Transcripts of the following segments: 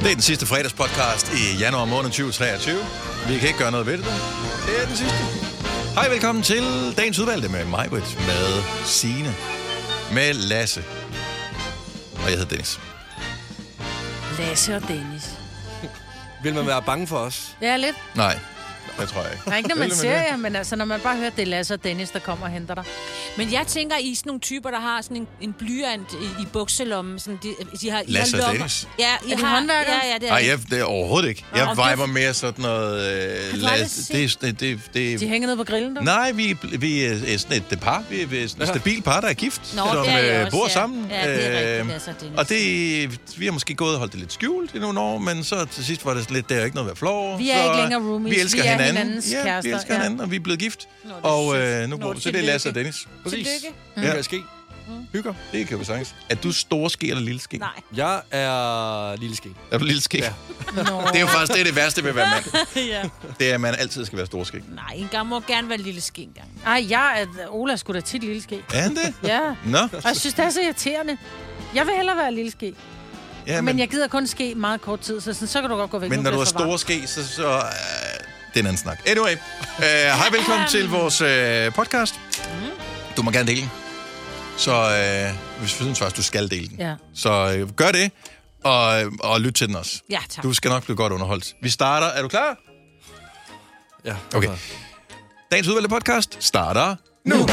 Det er den sidste fredagspodcast i januar måned 2023. Vi kan ikke gøre noget ved det. Det er den sidste. Hej, velkommen til dagens udvalgte med mig, med Signe, med Lasse. Og jeg hedder Dennis. Lasse og Dennis. Vil man være bange for os? Ja, lidt. Nej, det tror jeg ikke. Der er ikke, når man ser jer, men altså, når man bare hører, det er Lasse og Dennis, der kommer og henter dig. Men jeg tænker, I sådan nogle typer, der har sådan en blyant i bukselommen. Sådan, de har, Lasse har og lommer. Dennis? Ja, Er de håndværkere? Ja, det er Nej, det er overhovedet ikke. Jeg viber mere sådan noget... De hænger ned på grillen, du? Nej, vi er sådan et par. Vi er sådan et stabilt par, der er gift, Nå, som bor sammen. Ja, det er rigtigt, Lasse og Dennis. Og vi har måske gået og holdt det lidt skjult i nogle år, men så til sidst var det lidt, der er ikke noget at være flov over. Vi er ikke længere roomies. Vi elsker hinandens kærester. Ja, vi elsker hinanden, og vi er blevet gift. Og nu bor vi, så det er Lasse og Dennis. Præcis. Ja. Det kan ske. Hygger. Det kan vi sagtens. Er du store ske eller lille ske? Nej. Jeg er lille ske. Er du lille ske? Ja. Det er jo faktisk det værste ved at være mand. Ja. Det er, at man altid skal være store ske. Nej, en gang må gerne være lille ske engang. Ej, Ola skulle da tit lille ske. Er han det? Ja. Nå. Og jeg synes, det er så irriterende. Jeg vil hellere være lille ske. Ja, Men jeg gider kun ske meget kort tid, så kan du godt gå væk. Men når du har store ske, så det er en anden snak. Anyway. Hej, velkommen til vores podcast. Du må gerne dele den. Så hvis du synes faktisk, du skal dele den. Ja. Så gør det, og lyt til den også. Ja, tak. Du skal nok blive godt underholdt. Vi starter. Er du klar? Ja. Okay. Dagens udvalgte podcast starter nu.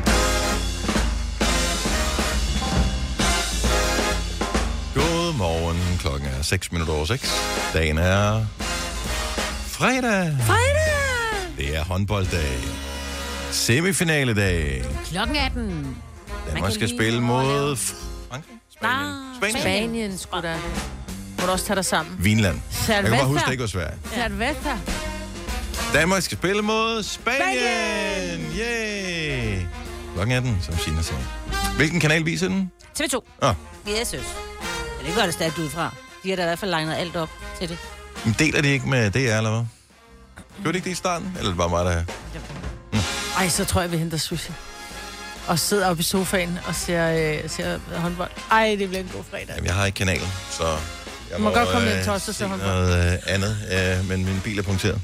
Godmorgen. Klokken er 6:06. Dagen er fredag. Det er håndbolddag. Semifinaledag. Klokken 18. Danmark skal spille mod Spanien. Spanien skulle da. Må du også tage dig sammen. Vinland. Jeg kan bare huske, det ikke var Sverige. Cerveza. Danmark skal spille mod Spanien. Yay! Klokken 18, som Signe sagde. Hvilken kanal viser den? TV2. Jeg synes. Det gør det stærkt ud fra. De har da i hvert fald legnet alt op til det. Men deler de ikke med DR, eller hvad? Gjorde de ikke det i starten? Eller det var bare mig, der... Ej, så tror jeg, vi henter sushi. Og sidder oppe i sofaen og ser håndbold. Ej, det bliver en god fredag. Jamen, jeg har ikke kanalen, så... Jeg må godt komme hjem til os og se håndbold. Noget andet, men min bil er punkteret.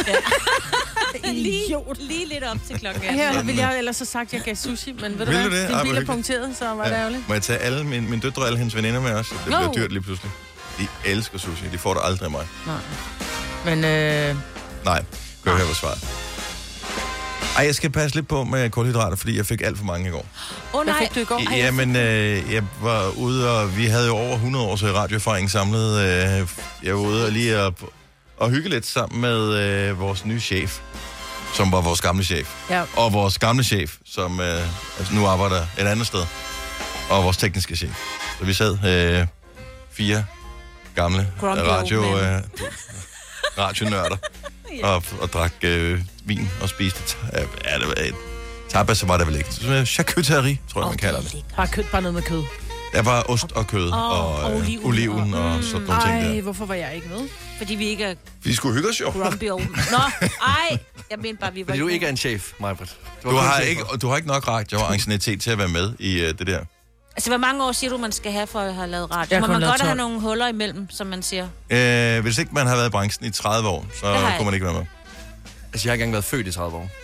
Lige lidt op til klokken 18. Her ville jeg ellers have sagt, at jeg gav sushi, men ved du hvad? det? Din bil er Hyggeligt. punkteret, så var det ærgerligt. Må jeg tage alle mine døtre og alle hendes veninder med os? Det bliver dyrt lige pludselig. De elsker sushi. De får det aldrig af mig. Nej. Men Nej, kan jeg høre på svaret. Ej, jeg skal passe lidt på med kulhydrater, fordi jeg fik alt for mange i går. Åh, hvad nej. fik du i går? Jamen, jeg var ude, og vi havde jo over 100 års radioerfaring samlet. Jeg var ude og lige at hygge lidt sammen med vores nye chef, som var vores gamle chef. Ja. Og vores gamle chef, som nu arbejder et andet sted. Og vores tekniske chef. Så vi sad 4 gamle radionørder og drak vin og spiste tapas, så var det vel ikke. Charcuterie, tror jeg, man kalder det. Bare noget med kød. Der var ost og kød og oliven og sådan nogle ting der. Ej, hvorfor var jeg ikke med? Fordi vi ikke er Vi skulle hygge os jo. grumpy over. Nå, ej. Jeg mener bare, vi var Fordi du ikke er en chef, Majbrit. Du har ikke nok radioanciennitet til at være med i det der. Altså, hvor mange år siger du, man skal have for at have lavet radio? Jeg Må kun man lavet godt 12. have nogle huller imellem, som man siger? Hvis ikke man har været i branchen i 30 år, så har jeg kunne man ikke være med. Altså, jeg har ikke engang været født i 30 år.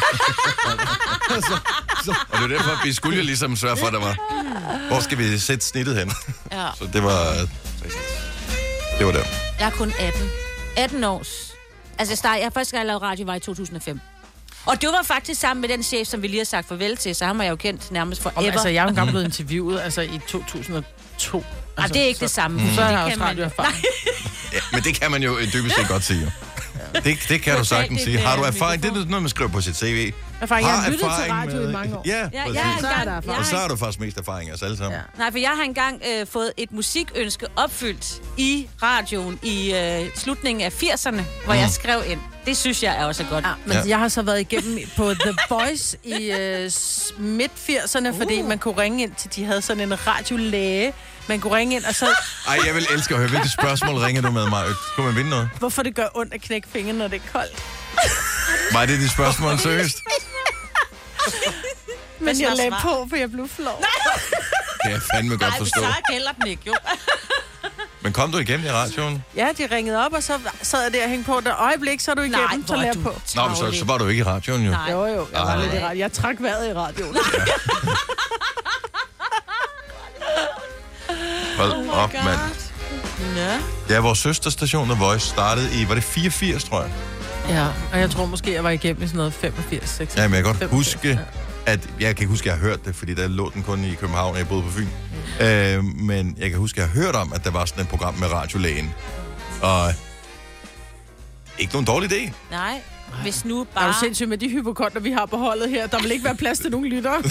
Og det er derfor, vi skulle jo ligesom sørge for, at der var... Hvor skal vi sætte snittet hen? Ja. Så det var der. Jeg er kun 18. 18 års. Altså, jeg første gang lavet radio var i 2005. Og det var faktisk sammen med den chef, som vi lige har sagt farvel til, så ham har jeg jo kendt nærmest forever. Altså, jeg er jo engang blevet interviewet i 2002. Altså, det er ikke det samme. Så er Det der kan også man- radioerfaring. Ja, men det kan man jo dybest set godt sige. Jo. Det kan du sagtens sige. Har du erfaring? Det er noget, man skriver på sit CV. Jeg har lyttet til radio i mange år. Ja, Ja, præcis. jeg Så er der engang, erfaring. Og så har du faktisk mest erfaring af os alle sammen. Ja. Nej, for jeg har engang fået et musikønske opfyldt i radioen i slutningen af 80'erne, hvor jeg skrev ind. Det synes jeg er også godt. Ja, men jeg har så været igennem på The Voice i midt-80'erne, fordi man kunne ringe ind til, de havde sådan en radiolæge. Man kunne ringe ind, og så... Ej, jeg vil elske at høre, hvilke spørgsmål ringer du med mig? Kunne man vinde noget? Hvorfor det gør ondt at knække fingre, når det er koldt? Var det de spørgsmål, seriøst? Men jeg lagde på, for jeg blev flov. Det kan jeg fandme godt forstå. Nej, vi heller den ikke, jo. Men kom du igennem i radioen? Ja, de ringede op, og så sad jeg der og hængte på. Der øjeblik, så er du igennem, Nej, så hvor lær er du på. Nå, men så var du ikke i radioen, jo. Nej. Jo, jeg var Nej. lidt i radioen. Jeg trak vejret i radioen. Hold op, mand. Nå. Ja, vores søsterstation The Voice startede i, var det 84, tror jeg? Ja, og jeg tror måske, jeg var igennem i sådan noget 85, 86. Ja, men jeg kan godt 85, huske, at jeg kan ikke huske, at jeg har hørt det, fordi der lå den kun i København, og jeg boede på Fyn. Men jeg kan huske, at jeg har hørt om, at der var sådan et program med radiolægen. Og ikke nogen dårlig idé. Nej, hvis nu Er bare... du sindssygt med de hypokonter, vi har på holdet her? Der vil ikke være plads til nogen lyttere.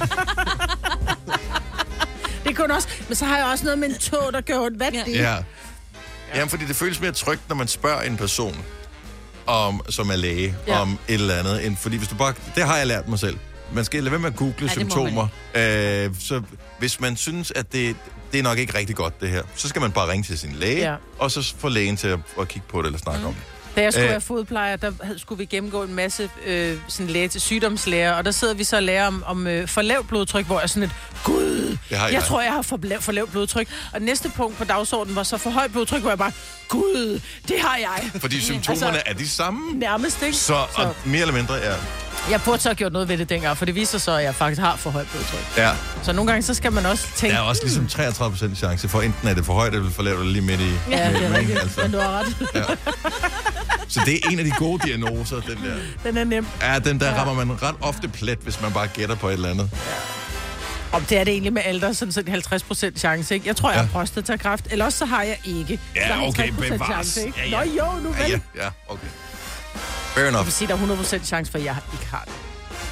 Det kunne også... Men så har jeg også noget med en tog, der gør ondt. Hvad det? Ja. Jamen, fordi det føles mere trygt, når man spørger en person, som er læge, om et eller andet. Fordi hvis du bare... Det har jeg lært mig selv. Man skal lade være med at google symptomer. Så hvis man synes, at det er nok ikke rigtig godt, det her, så skal man bare ringe til sin læge, og så få lægen til at kigge på det eller snakke om det. Da jeg skulle være fodplejer, der skulle vi gennemgå en masse sådan læge til sygdomslæger, og der sidder vi så og lærer om for lavt blodtryk, hvor jeg sådan et, gud, jeg tror, jeg har for lavt blodtryk. Og næste punkt på dagsordenen var så for højt blodtryk, hvor jeg bare, gud, det har jeg. Fordi symptomerne er de samme. Nærmest, ikke? Så mere eller mindre, ja. Jeg burde så have gjort noget ved det dengang, for det viser så, at jeg faktisk har for højt blodtryk. Ja. Så nogle gange, så skal man også tænke... Der er også ligesom 33% chance for, enten er det for højt, eller for lavt, eller lige midt i. Ja, det er rigtigt, altså. men du har ret. Ja. Så det er en af de gode diagnoser, den der. Den er nem. Ja, den der rammer man ret ofte plet, hvis man bare gætter på et eller andet. Om det er det egentlig med alder, sådan 50% chance, ikke? Jeg tror, jeg har prostatakræft, eller også så har jeg ikke. Ja, okay, 50% bevares. chance, ikke? Ja. Nå jo, nu vel. Ja, okay. Fair Jeg enough. vil sige, der er 100% chance for, at jeg ikke har det.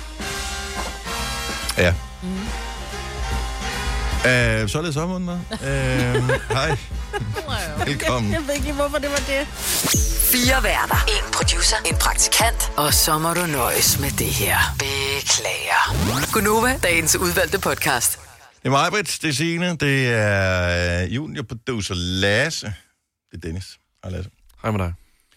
Ja. Så er det sommermåneder. Hej. Velkommen. Jeg ved ikke, hvorfor det var det. 4 værter. 1 producer. En praktikant. Og så må du nøjes med det her. Beklager. Gunova, dagens udvalgte podcast. Det er mig, Britt. Det er Signe. Det er juniorproducer Lasse. Det er Dennis. Hej, Lasse. Hej med dig.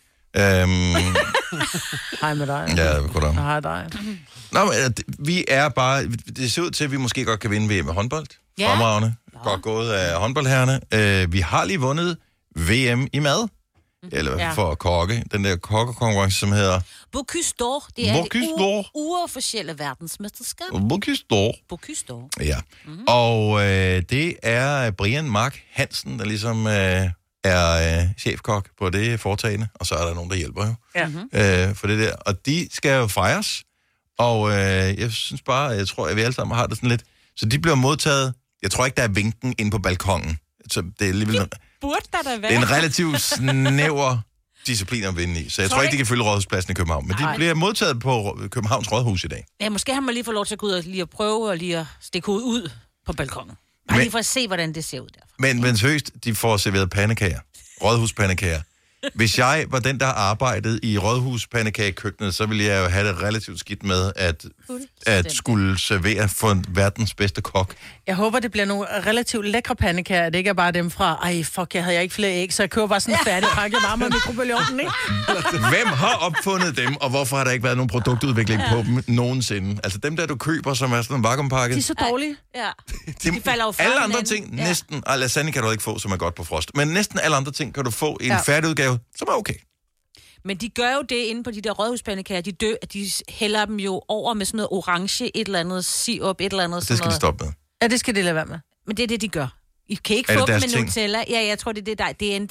Hej med dig. Ja, goddag. Hej dig. Nå, men vi er bare... Det ser ud til, at vi måske godt kan vinde VM med håndbold. Ja. Fremragende. Godt gået af håndboldherrerne. Vi har lige vundet VM i mad. Eller for kokke. Den der kokkekonkurrence, som hedder... Bocuse d'Or. Det er Bocuse d'Or. det uofficielle verdensmesterskab. Bocuse d'Or. Bocuse d'Or. Ja. Og det er Brian Mark Hansen, der ligesom er chefkok på det foretagende. Og så er der nogen, der hjælper jo. Ja. For det der. Og de skal jo fejres. Og jeg synes bare, jeg tror, at vi alle sammen har det sådan lidt... Så de bliver modtaget... Jeg tror ikke, der er vinken inde på balkongen. Så det er alligevel... Burde der da være? Det er en relativt snæver disciplin at vinde i. Så jeg tror ikke, de kan fylde Rådhuspladsen i København. Men de bliver modtaget på Københavns Rådhus i dag. Ja, måske har man lige fået lov til at gå ud og lige at prøve og lige at stikke hovedet ud på balkongen. Bare lige for at se, hvordan det ser ud derfra. Men seriøst, de får serveret pandekager. Rådhuspandekager. Hvis jeg var den, der arbejdede i rådhuspandekagekøkkenet, så ville jeg jo have det relativt skidt med at skulle servere for verdens bedste kok. Jeg håber, det bliver nogle relativt lækre pandekager. Det ikke er bare dem fra, jeg havde ikke flere æg, så jeg køber bare sådan en færdig pakke varme i mikrobølgeovnen, ikke? Hvem har opfundet dem, og hvorfor har der ikke været nogen produktudvikling på dem nogensinde? Altså dem der, du køber, som er sådan en vakuumpakke. De er så dårlige. Ja. De falder jo fra alle andre hinanden. ting, næsten, og lasagne kan du ikke få, som er godt på frost. Men næsten alle andre ting kan du få i en færdig udgave, som er okay. Men de gør jo det inde på de der rådhuspandekager. De hælder dem jo over med sådan noget orange, et eller andet sirup, et eller andet Det sådan skal de noget. stoppe med. Ja, det skal de lade være med. Men det er det, de gør. I kan ikke Er få det dem deres med ting? Nutella. Ja, jeg tror, det er det, det er en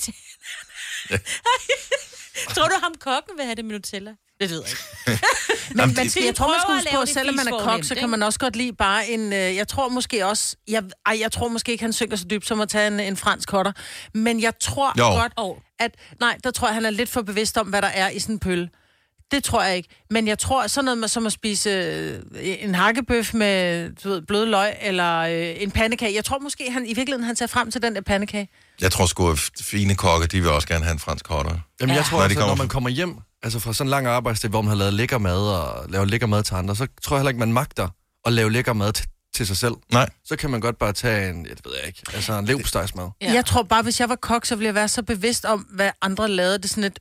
Tror du, ham kokken vil have det med Nutella? Det ved jeg ikke. Men jeg jeg tror, man prøver skal at huske lave på, det selvom man er kok, fisfornemt, så ikke? kan man også godt lide bare en... Jeg tror måske også... Jeg tror måske ikke, han synker så dybt som at tage en fransk kotter. Men jeg tror godt, at... Nej, der tror jeg, han er lidt for bevidst om, hvad der er i sådan en pølle. Det tror jeg ikke. Men jeg tror, sådan noget med, som at spise en hakkebøf med bløde løg, eller en pandekage. Jeg tror måske, han i virkeligheden han tager frem til den der pandekage. Jeg tror sgu, at fine kokke, de vil også gerne have en fransk kotter. Jamen, jeg tror Når også, de at når kommer man kommer hjem, altså fra sådan en lang arbejdsdag, hvor man har lavet lækker mad og lavet lækker mad til andre, så tror jeg heller ikke, man magter at lave lækker mad til sig selv. Nej. Så kan man godt bare tage en, jeg ved jeg ikke, altså en leverpostejsmad. Ja. Jeg tror bare, hvis jeg var kok, så ville jeg være så bevidst om, hvad andre lavede. Det er sådan et,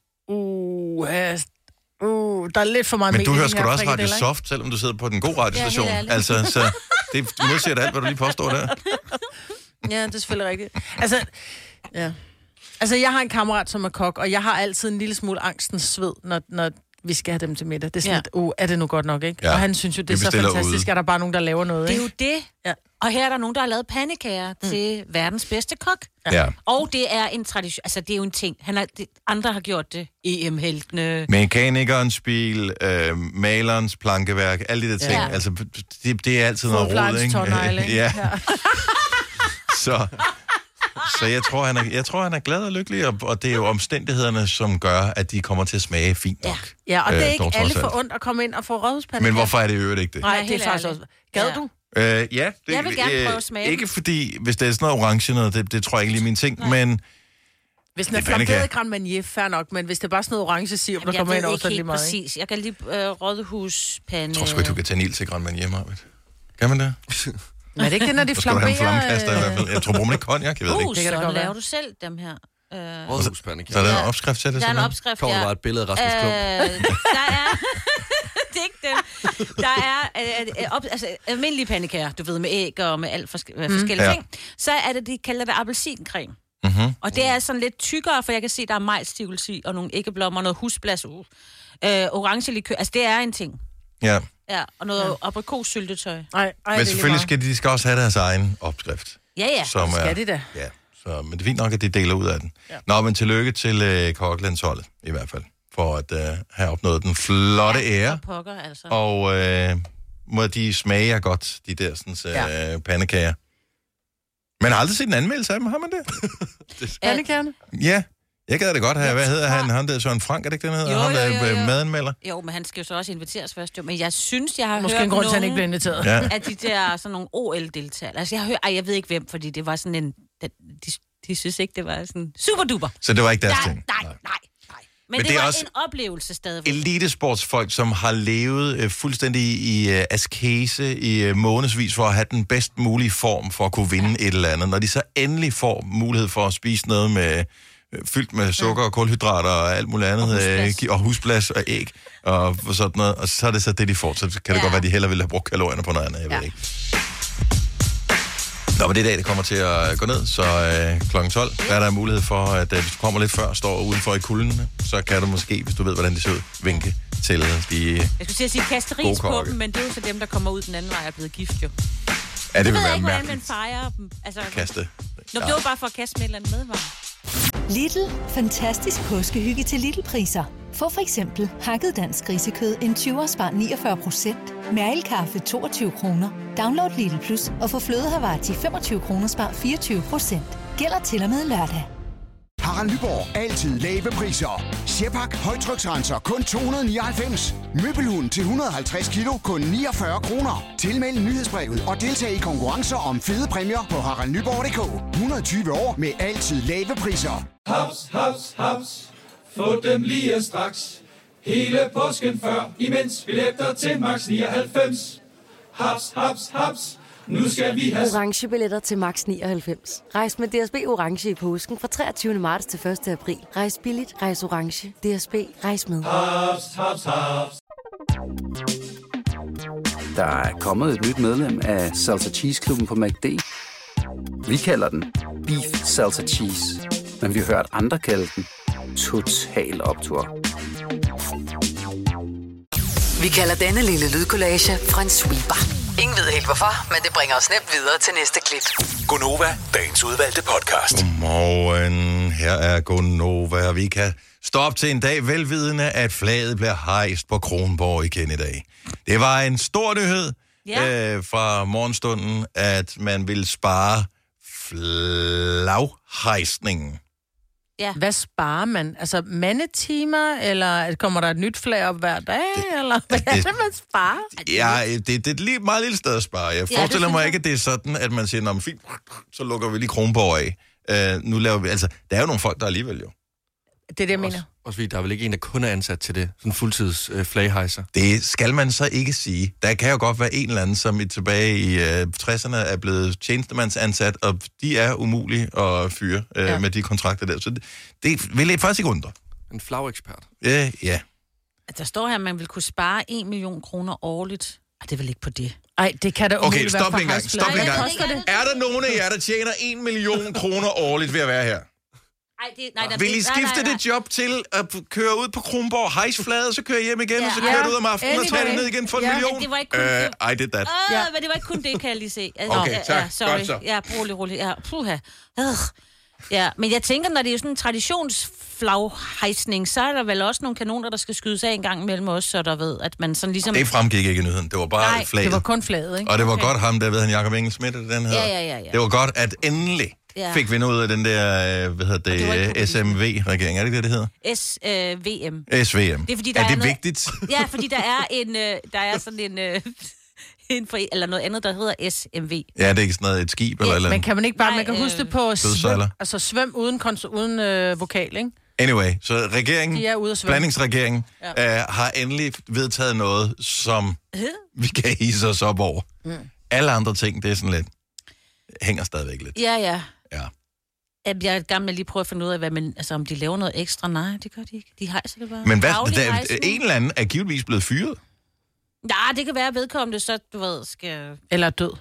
der er lidt for meget Men du mel i hører de sgu her da også Radio frikadeller, ikke? Soft, selvom du sidder på den gode radiostation. Ja, helt ærligt. Altså, så det modsiger alt, hvad du lige påstår der. Ja, det er selvfølgelig rigtigt. Altså, ja. Altså, jeg har en kammerat, som er kok, og jeg har altid en lille smule angstens sved, når vi skal have dem til middag. Det er sådan lidt, er det nu godt nok, ikke? Ja. Og han synes jo, det er så fantastisk, at der bare nogen, der laver noget, det er ikke? jo det. Ja. Og her er der nogen, der har lavet pandekager til verdens bedste kok. Ja. Og det er en tradition, altså det er jo en ting. Andre har gjort det. EM-heltene. Mekanikerens bil, malerens plankeværk, alle de der ting. Ja. Altså, det er altid noget rod, ikke? Ja. Så jeg tror, han er glad og lykkelig, og det er jo omstændighederne, som gør, at de kommer til at smage fint nok. Ja, og det er ikke alle for ondt at komme ind og få rådhuspande. Men hvorfor er det i øvrigt ikke det? Nej, det er faktisk også... Gad du? Ja, jeg vil gerne prøve at smage. Ikke fordi, hvis det er sådan noget orange noget, det tror jeg ikke lige min ting, men... Hvis den er flamberet Grand Marnier, fair nok, men hvis det er bare sådan noget orange sirup, der kommer ind over, så lige meget. Præcis. Jeg kan lige rådhuspande... Jeg tror sgu ikke, du kan tage en ild til Grand Marnier, Marvitt. Kan man det? Men er det ikke det, når de flamberer? Så skal du have en flammekaster i hvert fald. Jeg tror, bruger man ikke konjak, jeg ved det ikke. Så laver du selv dem her. Rådhuspande. Så er der en opskrift til det? Der er en opskrift, kommer bare et billede af Rasmus Klump. Der er... det er ikke dem. Der er almindelige pandekager, du ved, med æg og med alt forskellige ting. Så er det, de kalder det appelsincreme. Mm-hmm. Og det er sådan lidt tykkere, for jeg kan se, der er majsstivelse i, og nogle æggeblommer, noget husblas, orange likør. Altså, det er en ting. Ja. Ja, og noget aprikossyltetøj. Men selvfølgelig skal de skal også have deres egen opskrift. Ja. Som skal de da. Ja, men det er fint nok, at de deler ud af den. Ja. Nå, men tillykke til kokkelandsholdet, i hvert fald, for at have opnået den flotte ære. Pokker, altså. Og må de smage godt, de der sådan, pandekager. Man har aldrig set en anmeldelse af dem, har man det? Pandekagerne? Ja. Jeg gad det godt have. Hvad hedder han? Han der Søren Frank, er det ikke den hedder? Han der madanmelder. Jo, men han skal jo så også inviteres først. Jo. Men jeg synes, jeg har måske hørt en grund til, han ikke blev inviteret. Ja. Af de der sådan nogle OL-deltagere. Altså, jeg ved ikke hvem, fordi det var sådan en... De synes ikke, det var sådan super duper. Så det var ikke deres ting? Nej. Men det var også en oplevelse stadigvæk. Elitesportsfolk, som har levet fuldstændig i askese i månedsvis for at have den bedst mulige form for at kunne vinde et eller andet. Når de så endelig får mulighed for at spise noget med... fyldt med sukker og kulhydrater og alt muligt andet, og husblas og æg og sådan noget, og så er det så det, de får. Så kan det godt være, at de hellere ville have brugt kalorierne på noget andet, jeg ved ikke. Nå, men det er i dag, det kommer til at gå ned, så kl. 12, der er der mulighed for, at hvis du kommer lidt før, står udenfor i kulden, så kan du måske, hvis du ved, hvordan det ser ud, vinke til de... Jeg skulle til at sige kaste ris på dem, men det er jo så dem, der kommer ud den anden vej og er blevet gift, jo. Ja, det vil være være ikke, mærkeligt. hvordan man fejrer dem. Altså, kaste. Nå, det var bare for at kaste med et eller andet madvarer. Lidl. Fantastisk påskehygge til Lidl-priser. Få for eksempel hakket dansk grisekød en 20'er spar 49%. Mærelkaffe 22 kroner. Download Lidl Plus og få flødehavar til 25 kroner spar 24%. Gælder til og med lørdag. Harald Nyborg. Altid lave priser. Sjehpak højtryksrenser kun 299. Møbelhund til 150 kilo kun 49 kroner. Tilmeld nyhedsbrevet og deltag i konkurrencer om fede præmier på haraldnyborg.dk. 120 år med altid lave priser. Haps, haps, haps. Få dem lige straks. Hele påsken før, imens billetter til max 99. Haps, haps, haps. Nu skal vi have orange billetter til max 99. Rejs med DSB orange i påsken fra 23. marts til 1. april. Rejs billigt, rejs orange. DSB, rejs med. haps, haps, haps. Der er kommet et nyt medlem af Salsa Cheese Klubben på McD. Vi kalder den Beef Salsa Cheese, men vi har hørt andre kalde den Total Optur. Vi kalder denne lille lydkollage en sweeper. Ingen ved helt hvorfor, men det bringer os nemt videre til næste klip. Gonova, dagens udvalgte podcast. Godmorgen, her er Gonova, og vi kan stå op til en dag velvidende, at flaget bliver hejst på Kronborg igen i dag. Det var en stor nyhed fra morgenstunden, at man ville spare flaghejsningen. Ja. Hvad sparer man? Altså mandetimer, eller kommer der et nyt flag op hver dag, eller hvad er det, man sparer? Ja, det er et meget lille sted at spare. Jeg forestiller mig ikke, at det er sådan, at man siger, nå, fint, så lukker vi lige Kronborg af. Nu laver vi, altså, der er jo nogle folk, der alligevel jo. Det er det, jeg mener. Også fordi der er vel ikke en, der kun er ansat til det. Sådan en fuldtids flaghejser. Det skal man så ikke sige. Der kan jo godt være en eller anden, som tilbage i 60'erne er blevet tjenestemandsansat, og de er umulige at fyre med de kontrakter der. Så det vil jeg faktisk ikke undre. En flagekspert. Ja. Der står her, at man vil kunne spare 1 million kroner årligt. Det er vel ikke på det? Nej, det kan da umuligt være for stop en gang. Er der nogen af jer, der tjener 1 million kroner årligt ved at være her? Vil I skifte det job til at køre ud på Kronborg hejsflade, så kører jeg hjem igen, og så kører du ud om aftenen og tager det ned igen for 1 million? Det var ikke kun det. I did that. Men det var ikke kun det, kan jeg lige se. Okay, tak. Sorry. Godt så. Ja, rolig. Ja, puha. Ja, men jeg tænker, når det er sådan en traditionsflaghejsning, så er der vel også nogle kanoner, der skal skydes af en gang imellem os, så der ved, at man sådan ligesom... Det fremgik ikke i nyheden. Det var bare flaget. Det var kun flaget, ikke? Og det var godt ham, der ved han, Jacob Engelsmidt, den her. Ja. Det var godt, at endelig fik vi noget ud af den der, SMV-regering. Er det ikke det hedder? SVM. SVM. Det er, fordi, der er det noget... vigtigt? Ja, fordi der er sådan en... eller noget andet, der hedder SMV. Ja, det er ikke sådan noget et skib eller eller Men kan man ikke bare, man kan huske det på svøm uden vokal, ikke? Anyway, så regeringen, svømme. blandingsregeringen, har endelig vedtaget noget, som vi kan hisse os op over. Alle andre ting, det er sådan lidt, hænger stadigvæk lidt. Ja. Jeg er gammel lige prøve at finde ud af, om de laver noget ekstra. Nej, det gør de ikke. De hejser det bare. Men en eller anden er givetvis blevet fyret. Ja, det kan være vedkommende, så du ved, skal... Eller død.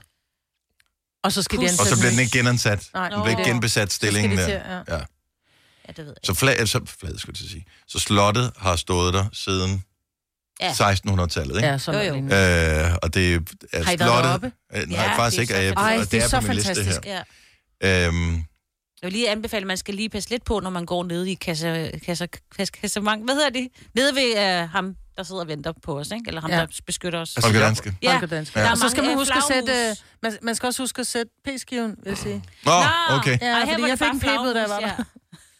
Og så skal de ansætte. Og så bliver den ikke genansat. Nej, den bliver ikke genbesat stillingen der. Ja, det ved jeg. Så flaget, skulle jeg sige. Så slottet har stået der siden 1600-tallet, ikke? Ja, sådan jo. Og det er har I slottet... oppe? Nej, faktisk ikke. Det er så fantastisk. Jeg vil lige anbefale, at man skal lige passe lidt på, når man går nede i kassemang. Hvad hedder det? Nede ved ham, der sidder og venter på os, ikke? Eller ham, der beskytter os. Holger Danske. Ja. Og så skal man huske at sætte... Man skal også huske at sætte p-skiven, vil jeg sige. Okay. Ja, fordi jeg fik en p-bøde, da jeg var der.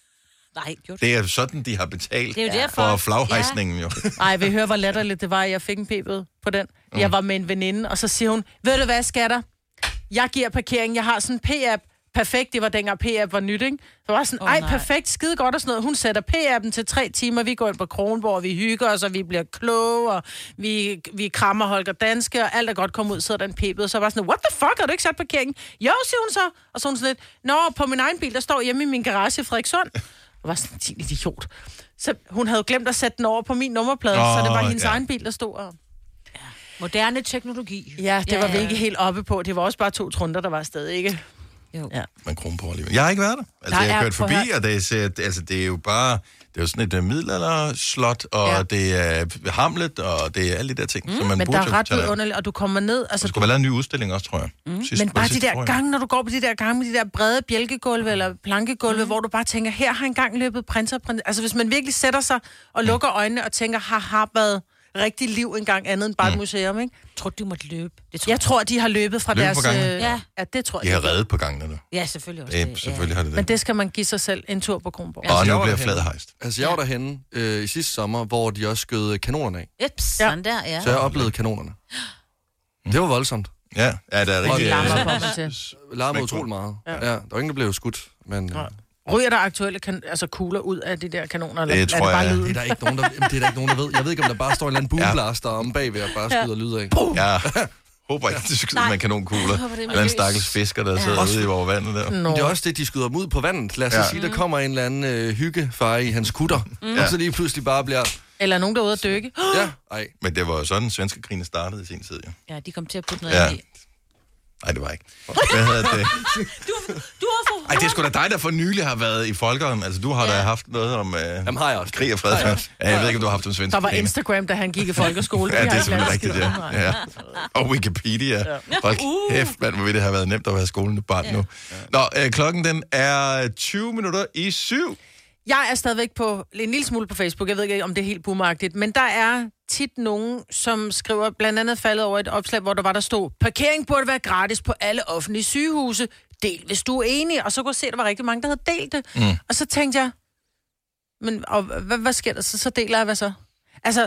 Nej, gjort. Det er sådan, de har betalt for flaghejsningen, jo. Ej, vi hører, hvor latterligt det var, at jeg fik en p-bøde på den. Jeg var med en veninde, og så siger hun, ved du hvad, skatter? Jeg giver parkering, jeg har sådan en p-app. Perfekt, det var dengang p-app var nyt, ikke? Så var sådan, perfekt, skide godt og sådan noget. Hun sætter p-appen til 3 timer, vi går ind på Kronborg, vi hygger os, og vi bliver kloge, og vi krammer Holger Danske, og alt er godt kommet ud, sidder der en p-bøde. Så var sådan, what the fuck, har du ikke sat parkeringen? Jo, siger hun så. Og så hun sådan lidt, nå, på min egen bil, der står hjemme i min garage i Frederikssund. Og var sådan en idiot. Så hun havde glemt at sætte den over på min nummerplade, så det var hendes egen bil, der stod og... Moderne teknologi. Ja, det var vi ikke helt oppe på. Det var også bare 2 trunder, der var stadig, ikke? Jo. Ja. Man krumme på alligevel. Jeg har ikke været der. Altså, jeg har kørt forbi, og det er jo bare... Det er jo sådan et middelalderslot, og det er Hamlet, og det er alle de der ting, som man men burde der er ret vidunderligt, og du kommer ned... Altså, der skulle være lavet en ny udstilling også, tror jeg. Men bare de der gange, når du går på de der gange med de der brede bjælkegulve eller plankegulve, hvor du bare tænker, her har engang løbet prinser. Altså, hvis man virkelig sætter sig og lukker øjnene og tænker, har været rigtig liv engang andet end bare et museum, ikke? Tror du måtte løbe? Jeg tror, de har løbet fra deres... Ja, det tror jeg. De har reddet på gangene nu. Ja, selvfølgelig også. Selvfølgelig har det det. Men det skal man give sig selv en tur på Kronborg. Og nu bliver fladet hejst. Altså, jeg var derhenne i sidste sommer, hvor de også skød kanonerne af. Sådan der, ja. Så jeg oplevede kanonerne. Det var voldsomt. Ja, der er rigtig... Larmede utroligt meget. Ja, der var ingen, der blev skudt, men... Ryger der aktuelle kugler ud af de der kanoner? Eller det tror jeg. Det er der ikke nogen, der ved. Jeg ved ikke, om der bare står en eller anden boomblaster om bagved og bare skyder lyd af. Ja. Håber ikke, de skyder med kanonkugler. Eller en stakkels fisker, der sidder ude i vores vandet der. Det er også det, de skyder dem ud på vandet. Lad os sige, der kommer en eller anden hyggefar i hans kutter, og så lige pludselig bare bliver... Eller nogen, der er ude at dykke. Men det var jo sådan, svenske krigen startede i sin tid, jo. Ja, de kom til at putte noget i. Nej, det var ikke. Hvad hedder det? Du har Ej, det er sgu da dig, der for nylig har været i Folkeren. Altså, du har da haft noget om Jamen, har jeg også. Krig og fred. Ja, jeg ved ikke, om du har haft en svensk Der var Instagram, da han gik i folkeskole. Ja, det er simpelthen rigtigt, ja. Og Wikipedia. Hold kæft, mand, hvor vil det have været nemt at være skolebarn nu. Nå, klokken den er 7:20. Jeg er stadigvæk på en lille smule på Facebook. Jeg ved ikke, om det er helt boomeragtigt, men der er tit nogen, som skriver, blandt andet faldet over et opslag, hvor der stod, parkering burde være gratis på alle offentlige sygehuse. Del, hvis du er enig. Og så kunne jeg se, at der var rigtig mange, der havde delt det. Og så tænkte jeg, men hvad sker der? Så deler jeg, hvad så? Altså,